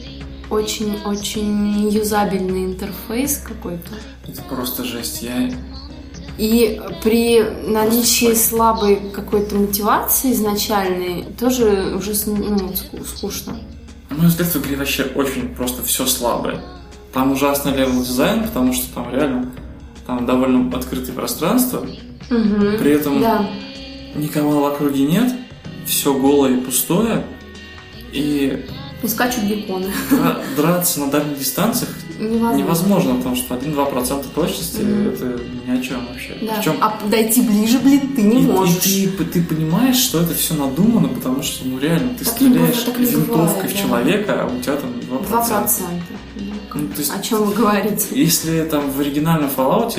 юзабельный интерфейс какой-то. Это просто жесть. И при наличии слабой какой-то мотивации изначальной тоже уже скучно. На мой взгляд, в игре вообще очень просто все слабое. Там ужасный левел-дизайн, потому что там реально довольно открытое пространство. При этом никого в округе нет, все голое и пустое. И скачут гекконы. Драться на дальних дистанциях невозможно, потому что 1-2% точности это ни о чем вообще. Да. А дойти ближе, ты не можешь. И ты понимаешь, что это все надумано, потому что реально ты стреляешь винтовкой в человека, а у тебя там 2%. То есть, о чем вы говорите? Если там в оригинальном Fallout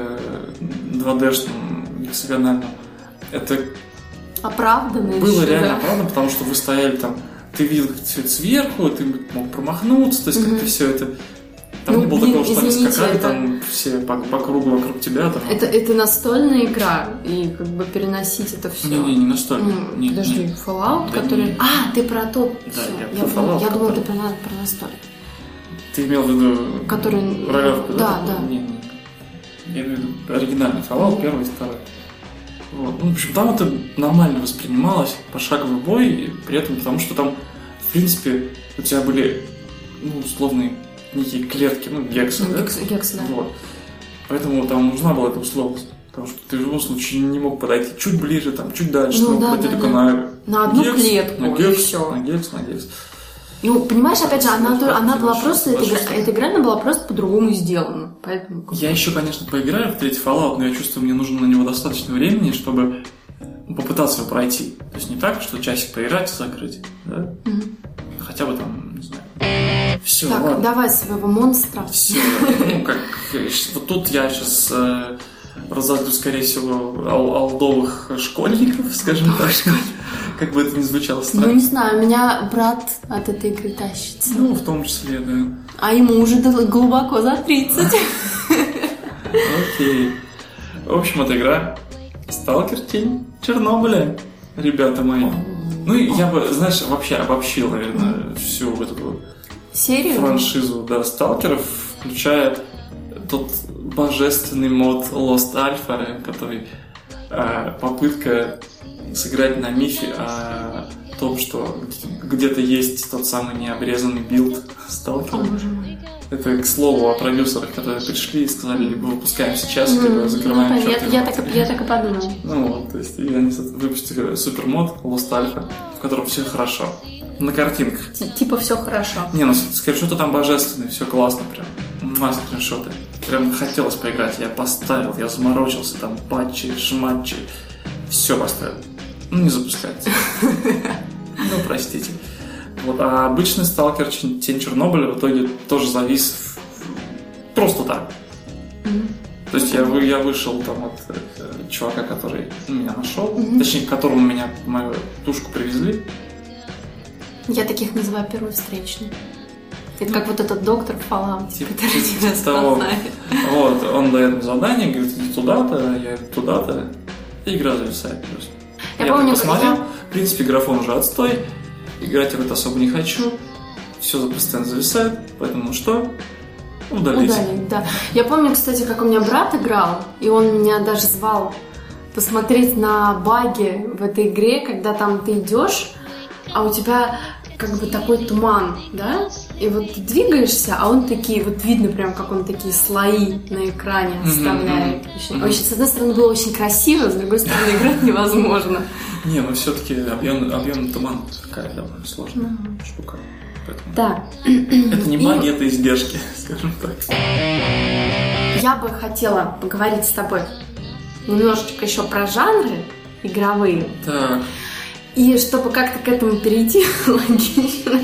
2D-шном, гексагональном, это оправданно было реально оправдано, потому что вы стояли там ты видел все это сверху, ты мог промахнуться, то есть как-то все это... Там не было такого, что они скакали, там все по кругу вокруг тебя. Там... Это настольная игра, и как бы переносить это все. Не настольная. Подожди, Fallout, да, который... ты про тот. Да, я думала, ты про настольный. Ты имел в виду который... ролевку, да? Да. Нет. Я имею в виду оригинальный Fallout, первый и второй. Вот. В общем, там это нормально воспринималось, пошаговый бой, и при этом, потому что там, в принципе, у тебя были, условные некие клетки, гексы, да? Гексы, да. Вот. Поэтому там нужна была эта условность. Потому что ты в любом случае не мог подойти чуть ближе, там, чуть дальше, ты мог подойти только на одну гекс, клетку, на и гекс, все. На гекс. Понимаешь, опять же, она была просто, эта игра была просто по-другому сделана. Поэтому... Я еще, конечно, поиграю в третий Fallout, но я чувствую, мне нужно на него достаточно времени, чтобы попытаться его пройти. То есть не так, что часик поиграть и закрыть, да? Хотя бы там, не знаю. Все, так, ладно. Давай своего монстра. Все, вот тут я сейчас разозлю, скорее всего, олдовых школьников, скажем так. Как бы это ни звучало странно. Не знаю, у меня брат от этой игры тащится. В том числе, да. А ему уже глубоко за 30. Окей. В общем, эта игра «Сталкер. Тень Чернобыля», ребята мои. Я бы, знаешь, вообще обобщил, наверное, всю эту серию? Франшизу, да, «Сталкеров», включая тот божественный мод Lost Alpha, который попытка сыграть на мифе о том, что где-то есть тот самый необрезанный билд Сталкера. О, боже мой. Это, к слову, о продюсерах, которые пришли и сказали, либо выпускаем сейчас, либо закрываем счет. Я так и подумала. То есть и они выпустили супермод Lost Alpha, в котором все хорошо. На картинках. Типа все хорошо. Скриншоты там божественные, все классно прям. Скриншоты. Прям хотелось поиграть. Я поставил, я заморочился, там патчи, шматчи. Все поставил. Не запускается. Простите. А обычный сталкер Тень Чернобыля в итоге тоже завис просто так. То есть я вышел там от чувака, который меня нашел, точнее, к которому меня мою тушку привезли. Я таких называю первой встречной. Это как вот этот доктор в Fallout, который тебя спасает. Он дает мне задание, говорит, иди туда-то, я иду туда-то, и игра зависает просто. Я посмотрел, в принципе, графон уже отстой, играть в это особо не хочу, все постоянно зависает, поэтому удалить. Удалить, да. Я помню, кстати, как у меня брат играл, и он меня даже звал посмотреть на баги в этой игре, когда там ты идешь, а у тебя как бы такой туман, да? И вот ты двигаешься, а он такие, вот видно прям, как он такие слои на экране оставляет. Очень, с одной стороны, было очень красиво, с другой стороны, играть невозможно. Все-таки объемный туман такая довольно сложная штука. Поэтому... Да. Это не магия, это издержки, скажем так. Я бы хотела поговорить с тобой немножечко еще про жанры игровые. Так. И чтобы как-то к этому перейти логично,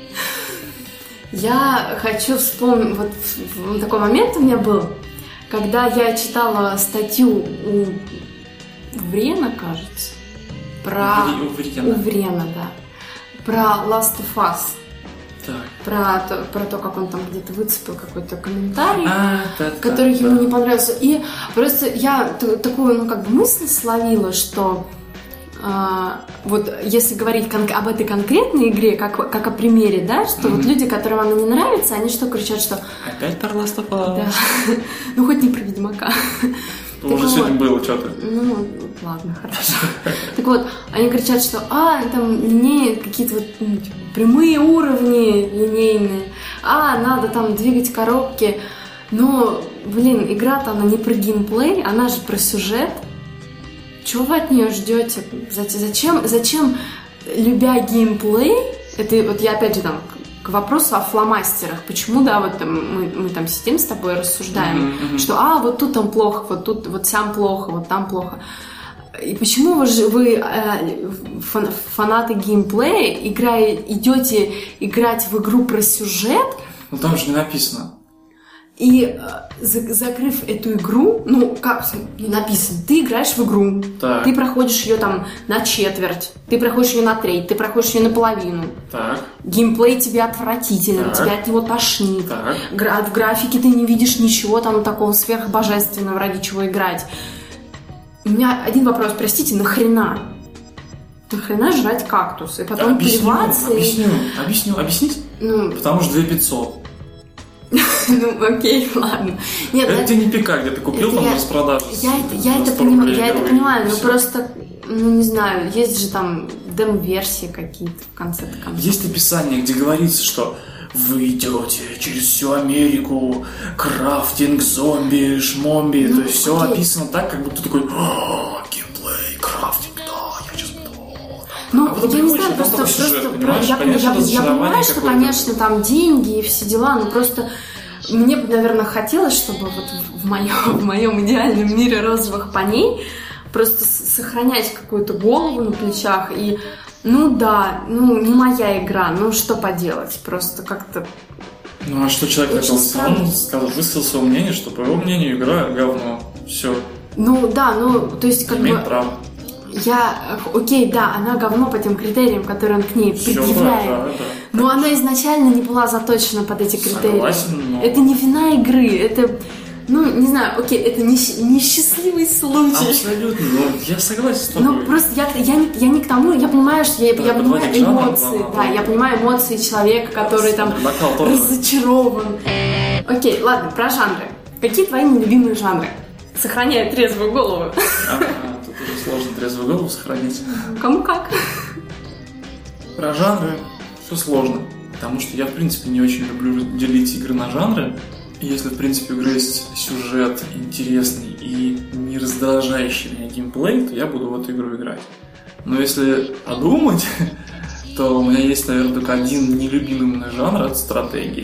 я хочу вспомнить, вот такой момент у меня был, когда я читала статью у Врена, кажется, у Врена, да, про Last of Us. Так. Про то, как он там где-то выцепил какой-то комментарий, который ему не понравился. И просто я такую, мысль словила, что вот если говорить об этой конкретной игре, как о примере, да, что вот люди, которым она не нравится, они кричат, что... Опять про Last of Us? Да. Хоть не про Ведьмака. Уже сегодня было что-то. Ладно, хорошо. Так вот, они кричат, что там линейные какие-то прямые уровни линейные, надо там двигать коробки. Но, игра-то она не про геймплей, она же про сюжет. Чего вы от нее ждете? Зачем, любя геймплей, это вот я опять же там к вопросу о фломастерах. Почему, да, вот мы там сидим с тобой, рассуждаем, что вот тут там плохо, вот тут вот сям плохо, вот там плохо. И почему вы фанаты геймплея, идете играть в игру про сюжет? Там же не написано. И закрыв эту игру, ну, как написано, ты играешь в игру, Так. ты проходишь ее там на четверть, ты проходишь ее на треть, ты проходишь ее наполовину. Так. Геймплей тебе отвратителен, Так. тебя от него тошнит. Так. В графике ты не видишь ничего там такого сверхбожественного, ради чего играть. У меня один вопрос, простите, нахрена? Нахрена жрать кактус? И потом плеваться? Объяснить? Ну, Потому что 2500. ну, окей, ладно. Нет, Это тебе не ПК, где ты купил это там я- в распродаже. Я это понимаю, но Всё. просто, ну, не знаю, есть же там демо-версии какие-то в конце-то концов. Есть описание, где говорится, что вы идете через всю Америку, крафтинг, зомби, шмомби. Ну, то есть все окей. описано так, как будто такой геймплей, крафтинг, да, я сейчас буду. Ну, А потом я не приходишь, знаю, и там просто такой сюжет, понимаешь? я Конечно, понимаю, разочарование что, какое-то. конечно, там деньги и все дела, но просто мне бы, наверное, хотелось, чтобы вот в моем идеальном мире розовых паней просто сохранять какую-то голову на плечах и, ну да, ну не моя игра, ну что поделать, просто как-то... Ну а что человек Очень хотел странно. сделать? Он сказал, высказал свое мнение, что по его мнению игра говно. Все, Ну да, ну то есть как имеет бы... право. Окей, да, она говно по тем критериям, которые он к ней Всё, предъявляет. да. Но она изначально не была заточена под эти критерии. Согласен, но- Это не вина игры, это, ну, не знаю, окей, это несчастливый случай. Абсолютно, ну я согласен с тобой. Ну, просто я не к тому, я понимаю, что я понимаю подводить жанр, эмоции, да, я понимаю эмоции человека, который там Накал тоже. разочарован. Окей, ладно, про жанры. Какие твои нелюбимые жанры? Сохраняя трезвую голову. Ага, тут уже сложно трезвую голову сохранить. Кому как. Про жанры все сложно, потому что я, в принципе, не очень люблю делить игры на жанры. И если, в принципе, у игры есть сюжет интересный и не раздражающий меня геймплей, то я буду в эту игру играть. Но если подумать, то у меня есть, наверное, только один нелюбимый мной жанр – это стратегии.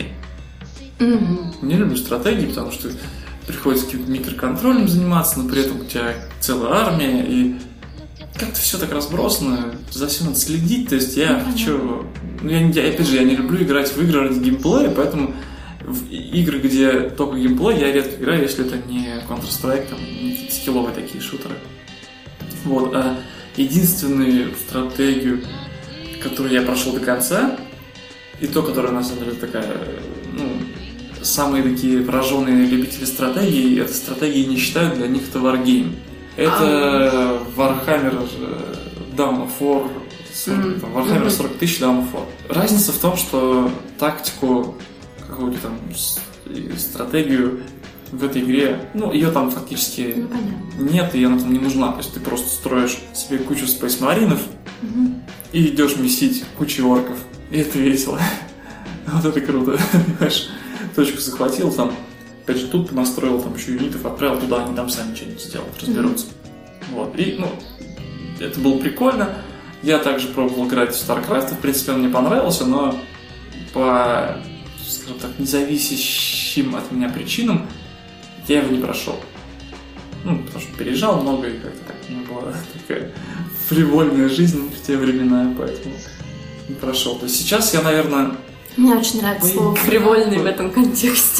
Не люблю стратегии, потому что приходится каким-то микроконтролем заниматься, но при этом у тебя целая армия, и как-то все так разбросано, за всем надо следить, то есть я хочу... опять же, я не люблю играть в игры ради геймплея, поэтому в игры, где только геймплей, я редко играю, если это не Counter-Strike, там, не какие-то скилловые такие шутеры. Вот, а единственную стратегию, которую я прошел до конца, и то, которая, на самом деле, такая, ну, самые такие пораженные любители стратегии, это стратегии не считают, для них это Wargame. Это Warhammer Dawn of War, Warhammer 40 тысяч Dawn of War. Разница в том, что тактику, какую-то там стратегию в этой игре, ну, ее там фактически нет, и она там не нужна. То есть ты просто строишь себе кучу спейс-маринов и идешь месить кучу орков. И это весело. Вот это круто, понимаешь? Точку захватил, там, опять же, тут настроил, там еще юнитов отправил туда, они там сами что-нибудь сделают, разберутся. Вот, и, ну, это было прикольно. Я также пробовал играть в StarCraft, в принципе, он мне понравился, но по, скажем так, независящим от меня причинам я его не прошел. Ну, потому что переезжал много, и как-то так, была такая фривольная жизнь в те времена, поэтому не прошел. То есть сейчас я, наверное... Мне очень нравится слово «фривольный» в этом контексте.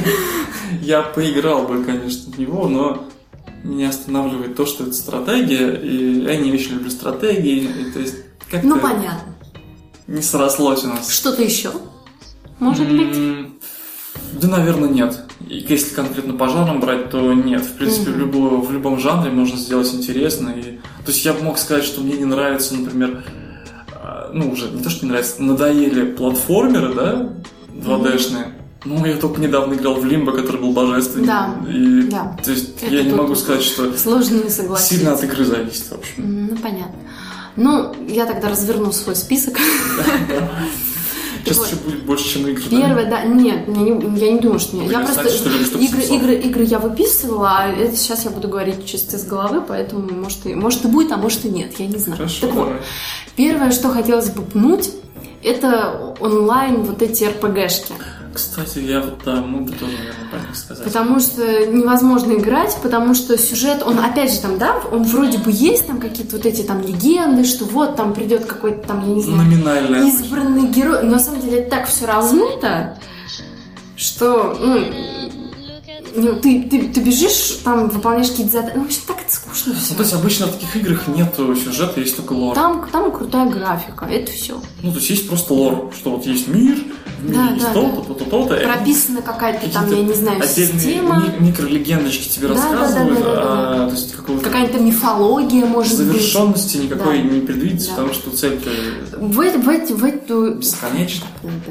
Я поиграл бы, конечно, в него, но меня останавливает то, что это стратегия, и я не очень люблю стратегии, и, то есть как-то Ну, понятно. не срослось у нас. Что-то еще? Может быть? Да, наверное, нет. И если конкретно по жанрам брать, то нет. В принципе, в любом жанре можно сделать интересно. И... То есть я бы мог сказать, что мне не нравится, например, ну, уже не то, что не нравится, надоели платформеры, да, 2D-шные. Ну, я только недавно играл в Limbo, который был божественный. Да, и, да. То есть Это я не тут могу сказать, что сложно не согласиться. сильно от игры зависит, в общем. Ну, понятно. Ну, я тогда разверну свой список. Сейчас еще будет больше, чем игр. Первое, да, нет, я не думаю, что нет. Я просто игры я выписывала, а это сейчас я буду говорить чисто из головы, поэтому может и будет, а может и нет, я не знаю. Хорошо, так вот, первое, что хотелось бы пнуть, это онлайн вот эти РПГшки. Кстати, я вот, да, мог бы тоже, наверное, про них сказать. Потому что невозможно играть, потому что сюжет, он опять же там, да, он вроде бы есть, там какие-то вот эти там легенды, что вот там придет какой-то там, я не знаю, номинальный избранный герой. Но на самом деле это так все размыто, что, ну, ты бежишь, там выполняешь какие-то задания. Ну, в общем, так это скучно все. Ну, то есть обычно в таких играх нет сюжета, есть только лор. Там крутая графика, это все. Ну, то есть есть просто лор, что вот есть мир, в мире есть то-то, то-то, то-то. Прописана какая-то там, я не знаю, система. Отдельные микролегендочки тебе рассказывают, да. То есть какая-то мифология, может быть. Завершенности никакой не предвидится, потому что цель-то в эту... бесконечно.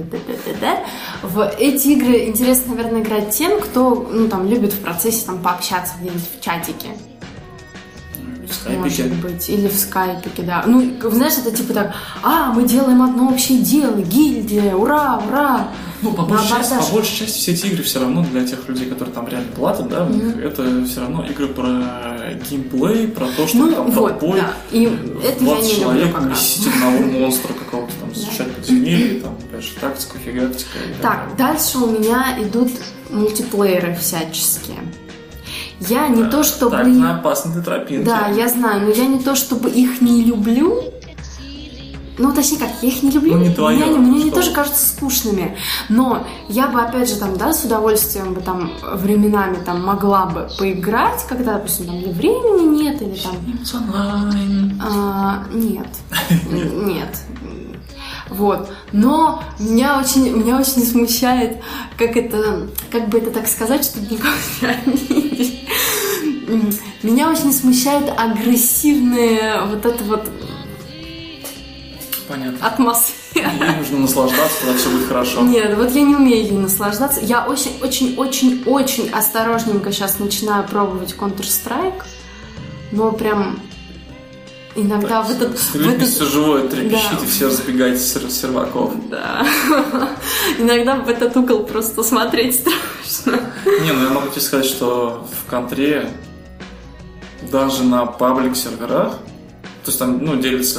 В эти игры интересно, наверное, играть тем, кто, там, любит в процессе там пообщаться где-нибудь в чатике. В скайпике. Может быть, или в скайпике, да. Ну, знаешь, это типа так, мы делаем одно общее дело, гильдия, ура, ура. Ну, по большей части все эти игры все равно для тех людей, которые там реально платят, да, это все равно игры про геймплей, про то, что там толпой да. И это 20 человек люблю, месить одного монстра какого-то там, защищать подземелье, там, опять же, тактика, фигактика. Так, дальше у меня идут мультиплееры всяческие. Я не то чтобы... Так, на опасной тропинке. Да, я знаю, но я не то чтобы их не люблю. Ну, точнее как, я их не люблю. Ну, не твоё, мне они тоже кажутся скучными. Но я бы, опять же, там, да, с удовольствием бы там временами там могла бы поиграть, когда, допустим, там или времени нет, или там... Нет. Нет. Вот. Но меня очень смущает, как бы это так сказать, чтобы никого не обидеть. Меня очень смущает агрессивная вот эта вот атмосфера. Ей нужно наслаждаться, тогда все будет хорошо. Нет, вот я не умею ей наслаждаться. Я очень осторожненько сейчас начинаю пробовать Counter-Strike, но прям... Иногда так, все живое трепещите, да. Все разбегайтесь с серваков. Да. Иногда в этот угол просто смотреть страшно. Не, ну я могу тебе сказать, что в контре даже на паблик-серверах, то есть там, делится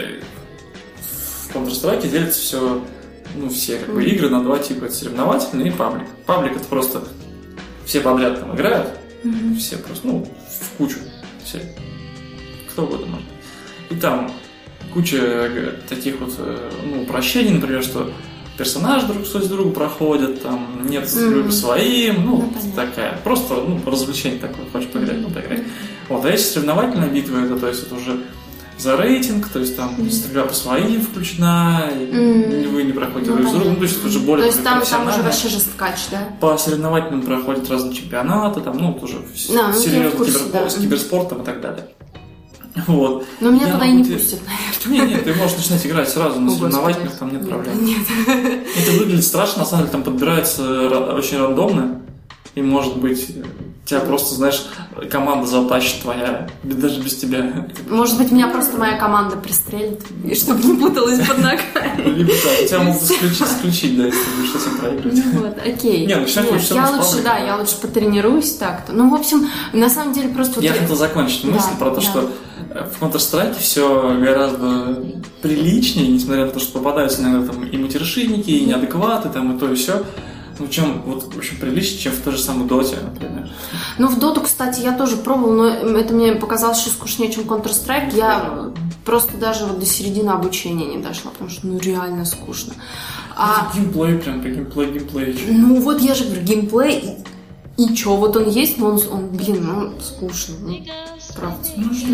в Counter-Strike делится все, все как бы игры на два типа. Это соревновательный и паблик. Паблик — это просто все подряд там играют, все просто, в кучу, все, кто угодно может. И там куча таких вот упрощений, например, что персонажи друг сквозь друга проходят, там нет стрельбы по своим, такая, просто развлечение такое, хочешь поиграть, поиграть. Вот, а если соревновательная битва, то есть это уже за рейтинг, то есть там стрельба по своим включена, вы не проходите друг с другом, то есть это уже более профессионально. То есть там уже вообще жесткач, да? По соревновательным проходят разные чемпионаты, там, тоже серьезно с киберспортом и так далее. Вот. Но меня туда и не пустят, наверное. Нет, ты можешь начинать играть сразу на соревновательных, там нет проблем. Нет. Это выглядит страшно, на самом деле там подбирается очень рандомно. И, может быть, тебя просто, знаешь, команда затащит твоя, даже без тебя. Может быть, меня просто моя команда пристрелит, и чтобы не путалась под ногами. Либо так, тебя могут исключить, да, если ты будешь этим проигрывать. Вот, окей. Нет, я лучше потренируюсь так-то. В общем, на самом деле просто... Я хотел закончить мысль про то, что в Counter-Strike все гораздо приличнее, несмотря на то, что попадаются иногда там и матершинники, и неадекваты, там, и то, и все. Чем, в общем, приличнее, чем в той же самой Доте, например. В Доту, кстати, я тоже пробовала, но это мне показалось еще скучнее, чем Counter-Strike. Я просто даже до середины обучения не дошла, потому что, реально скучно. Геймплей, прям геймплей. Вот я же говорю, геймплей, и чё, вот он есть, но он скучно. Правда.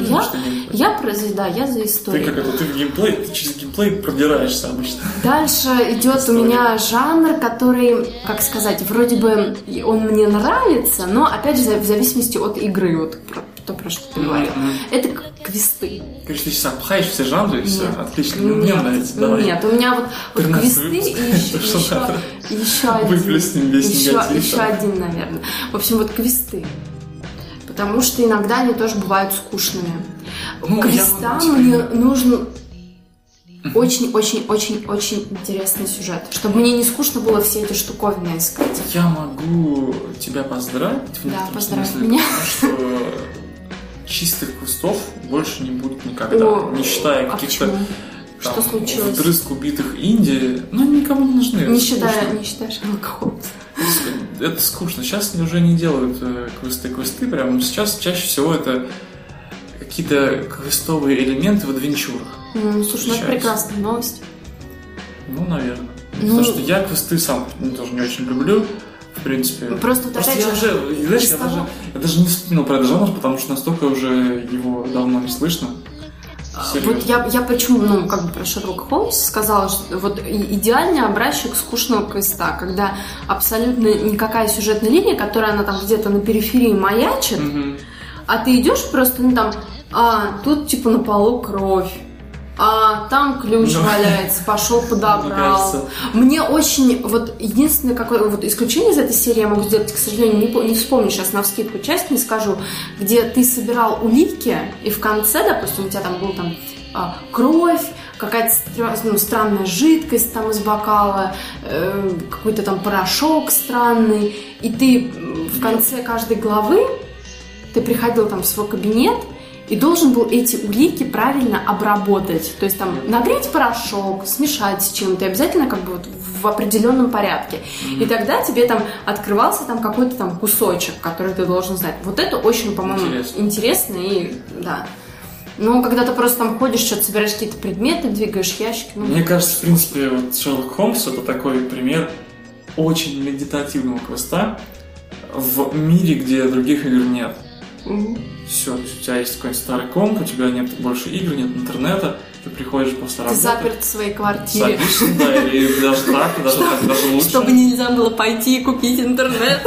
Я за историю. Ты в геймплей, ты через геймплей продираешься обычно. Дальше идет у меня жанр, который, как сказать, вроде бы он мне нравится, но опять же в зависимости от игры, вот про что ты говорил. Это квесты. Короче, ты сейчас обхаешь все жанры, и все, отлично. Мне нравится, давай. Нет, у меня вот квесты и еще один. Выплеснем весь негатив. Еще один, наверное. В общем, вот квесты. Потому что иногда они тоже бывают скучными. Квестам мне нужен очень-очень-очень-очень интересный сюжет. Чтобы мне не скучно было все эти штуковины искать. Я могу тебя поздравить. Да, поздравь меня. Потому что чистых квестов больше не будет никогда. Не считая каких-то... Что случилось? Вдрызг убитых инди, никому не нужны. Не считая Шерлока Холмса. Это скучно. Сейчас уже не делают квесты. Прямо сейчас чаще всего это какие-то квестовые элементы в адвенчурах. Слушай, это прекрасная новость. Наверное. Потому что я квесты сам тоже не очень люблю. В принципе. Просто опять я же, уже, знаешь, я даже не вспомнил про этот жанр, потому что настолько уже его давно не слышно. Вот я почему, про Шерлока Холмса сказала, что вот идеальный образчик скучного квеста, когда абсолютно никакая сюжетная линия, которая она там где-то на периферии маячит, а ты идешь просто, тут типа на полу кровь, а там ключ валяется, пошел подобрал. Мне очень, единственное какое исключение из этой серии я могу сделать, к сожалению, не вспомню сейчас навскидку часть, не скажу, где ты собирал улики, и в конце, допустим, у тебя там был кровь, какая-то странная жидкость там из бокала, какой-то там порошок странный, и ты в конце каждой главы ты приходил там в свой кабинет и должен был эти улики правильно обработать. То есть там нагреть порошок, смешать с чем-то, и обязательно в определенном порядке. И тогда тебе там открывался какой-то там кусочек, который ты должен знать. Вот это очень, по-моему, интересно и да. Но когда ты просто там ходишь, что-то собираешь какие-то предметы, двигаешь ящики. Мне кажется, в принципе, Шерлок Холмс — это такой пример очень медитативного квеста в мире, где других игр нет. Все, у тебя есть какой-нибудь старый комп, у тебя нет больше игр, нет интернета, ты приходишь после работы. Ты заперт в своей квартире. Садишься, да, или даже так, даже лучше. Чтобы нельзя было пойти и купить интернет.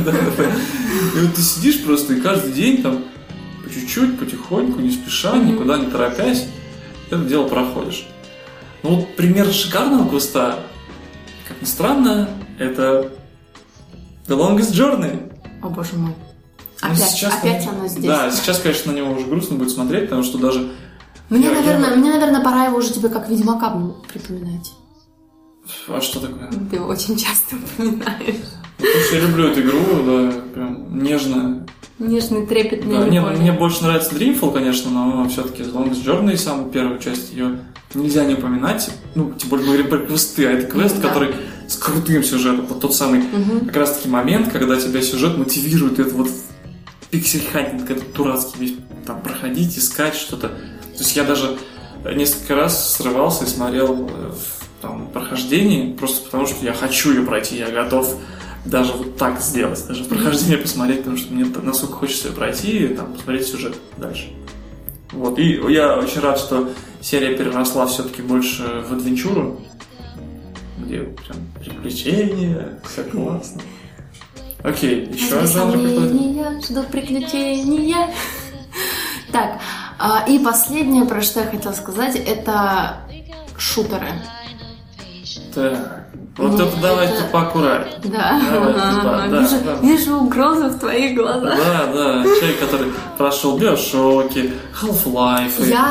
И вот ты сидишь просто и каждый день там по чуть-чуть, потихоньку, не спеша, никуда не торопясь, это дело проходишь. Ну вот пример шикарного квеста, как ни странно, это The Longest Journey. О боже мой. Опять оно здесь. Да, сейчас, конечно, на него уже грустно будет смотреть, потому что даже... Мне, наверное, пора его уже тебе как Ведьмака припоминать. А что такое? Ты его очень часто упоминаешь. Потому что я люблю эту игру, да, прям нежно. Нежный, трепетный. Да, мне больше нравится Dreamfall, конечно, но все-таки The Longest Journey, самую первую часть, ее нельзя не упоминать. Тем более мы говорим про квесты, а это квест, который с крутым сюжетом. Вот тот самый как раз-таки момент, когда тебя сюжет мотивирует, это пиксель-хантинг, этот дурацкий весь, там, проходить, искать что-то. То есть я даже несколько раз срывался и смотрел прохождение, просто потому что я хочу ее пройти, я готов даже вот так сделать, даже в прохождение посмотреть, потому что мне насколько хочется ее пройти и посмотреть сюжет дальше. Вот, и я очень рад, что серия переросла все-таки больше в адвенчуру, где прям приключения, все классно. Окей, еще жанр какой-то. Ждут приключения. Так, и последнее, про что я хотела сказать, это шутеры. Так, вот это давайте поаккуратнее. Да, вижу угрозу в твоих глазах. Да, человек, который прошел Биошоки, Half-Life. Я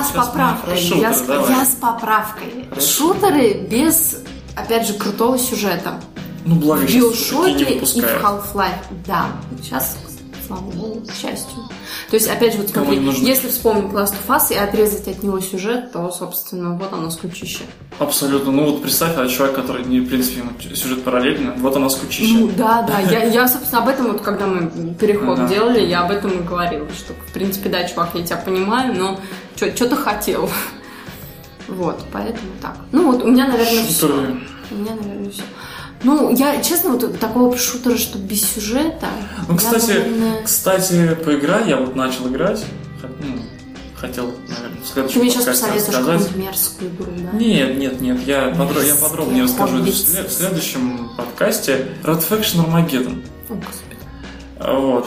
с поправкой. Шутеры без, опять же, крутого сюжета. Благо, в Биошоке и в Half-Life. Да, сейчас, слава богу, к счастью. То есть, опять же, смотри, если вспомнить Last of Us и отрезать от него сюжет, то, собственно, вот оно скучище. Абсолютно. Представь, человек, который, в принципе, ему сюжет параллельно, вот оно скучище. Да. Я, собственно, об этом, когда мы переход делали, я об этом и говорила, что, в принципе, да, чувак, я тебя понимаю, но что ты хотел. Вот, поэтому так. У меня, наверное, все. Я, честно, такого шутера, что без сюжета... Кстати, поиграй, я начал играть. Хотел, наверное, в следующем подкасте рассказать. Ты мне сейчас посоветуешь какую-нибудь мерзкую игру, да? Нет, я подробнее расскажу в следующем подкасте. Red Faction Armageddon. О, Господи. Вот.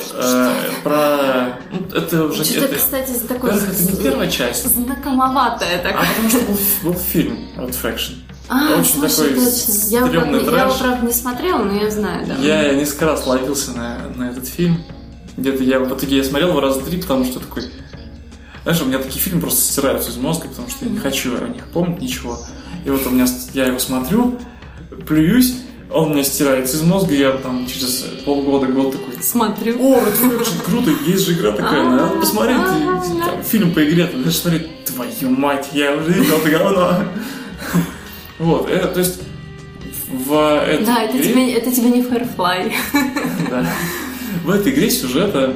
Это уже... Что-то, кстати, такое... Это не первая часть. Знакомоватая такая. Потому что был фильм Red Faction. Очень слушай, такой стрёмный трэш. Я его, правда, не смотрела, но я знаю, да. Я несколько раз ловился на этот фильм. Где-то в итоге я смотрел его раза 3, потому что такой... Знаешь, у меня такие фильмы просто стираются из мозга, потому что я не хочу о них помнить ничего. И вот я его смотрю, плююсь, он у меня стирается из мозга, и я через год такой... Смотрю. О, Red Faction, круто, есть же игра такая, надо посмотреть. Фильм по игре, ты начинаешь смотреть, твою мать, я уже видел это говно. Вот, то есть в этой игре... это тебе не Firefly. Да. В этой игре сюжета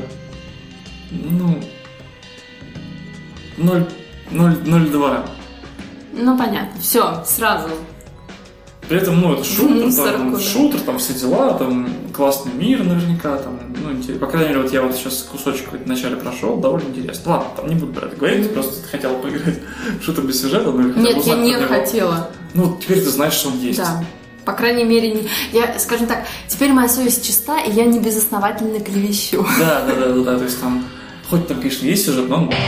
0.02. Понятно. Все, сразу При этом, ну, это Мусорку, шутер, там все дела, там классный мир наверняка, там, ну, по крайней мере, вот я вот сейчас кусочек вначале прошел, довольно интересно. Ладно, там не буду про это говорить, просто хотел поиграть в шутер без сюжета. Нет, я не хотела. Ну, теперь ты знаешь, что он есть. Да. По крайней мере, я, скажем так, теперь моя совесть чиста, и я не безосновательно клевещу. Да, то есть там, хоть там, конечно, есть сюжет, но он...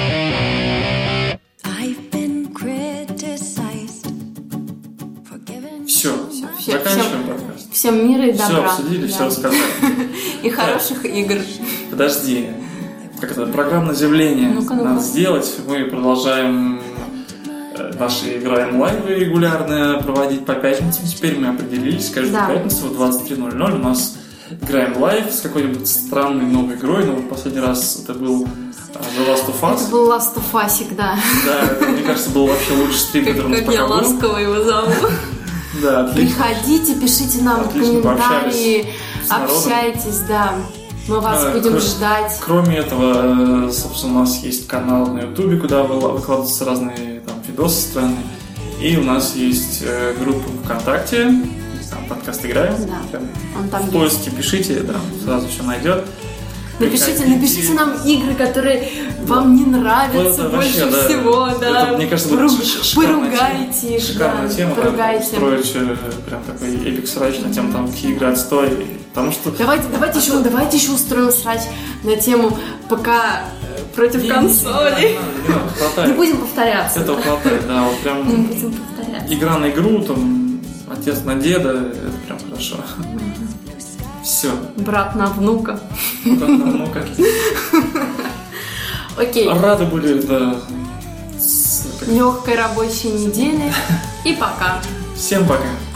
Все, заканчиваем подкаст. Всем мира и добра. Все обсудили, все рассказали. И хороших игр. Подожди, как это, программное заявление надо сделать. Мы продолжаем наши играем лайвы регулярно проводить по пятницам. Теперь мы определились, каждую пятницу в 23:00 у нас играем лайв с какой-нибудь странной новой игрой. Но последний раз это был The Last of Us. Это был Last of Us, да. Да, это, мне кажется, был вообще лучший стрим, который у нас пока был. Как я ласково его зову. Да, отлично. Приходите, пишите нам комментарии, общайтесь, да. Мы вас будем ждать. Кроме этого, собственно, у нас есть канал на Ютубе, куда выкладываются разные там видосы странные. И у нас есть группа ВКонтакте, там подкаст играем. Да, он там в поиске пишите, да, сразу все найдет. Напишите нам игры, которые вам не нравятся больше всего, да. Это, мне кажется, будет поругайте их, шикарная тема. Поругайте. Строить прям такой эпик срач на тему, там, какие игры отстой. Потому что... Давайте еще устроим срач на тему ПК против консолей. Не будем повторяться. Этого хватает, да, вот прям... Не будем повторяться. Игра на игру, там, отец на деда, это прям хорошо. Все. Брат на внука. Брат на внука. Окей. Рады были, да. Легкой рабочей недели. И пока. Всем пока.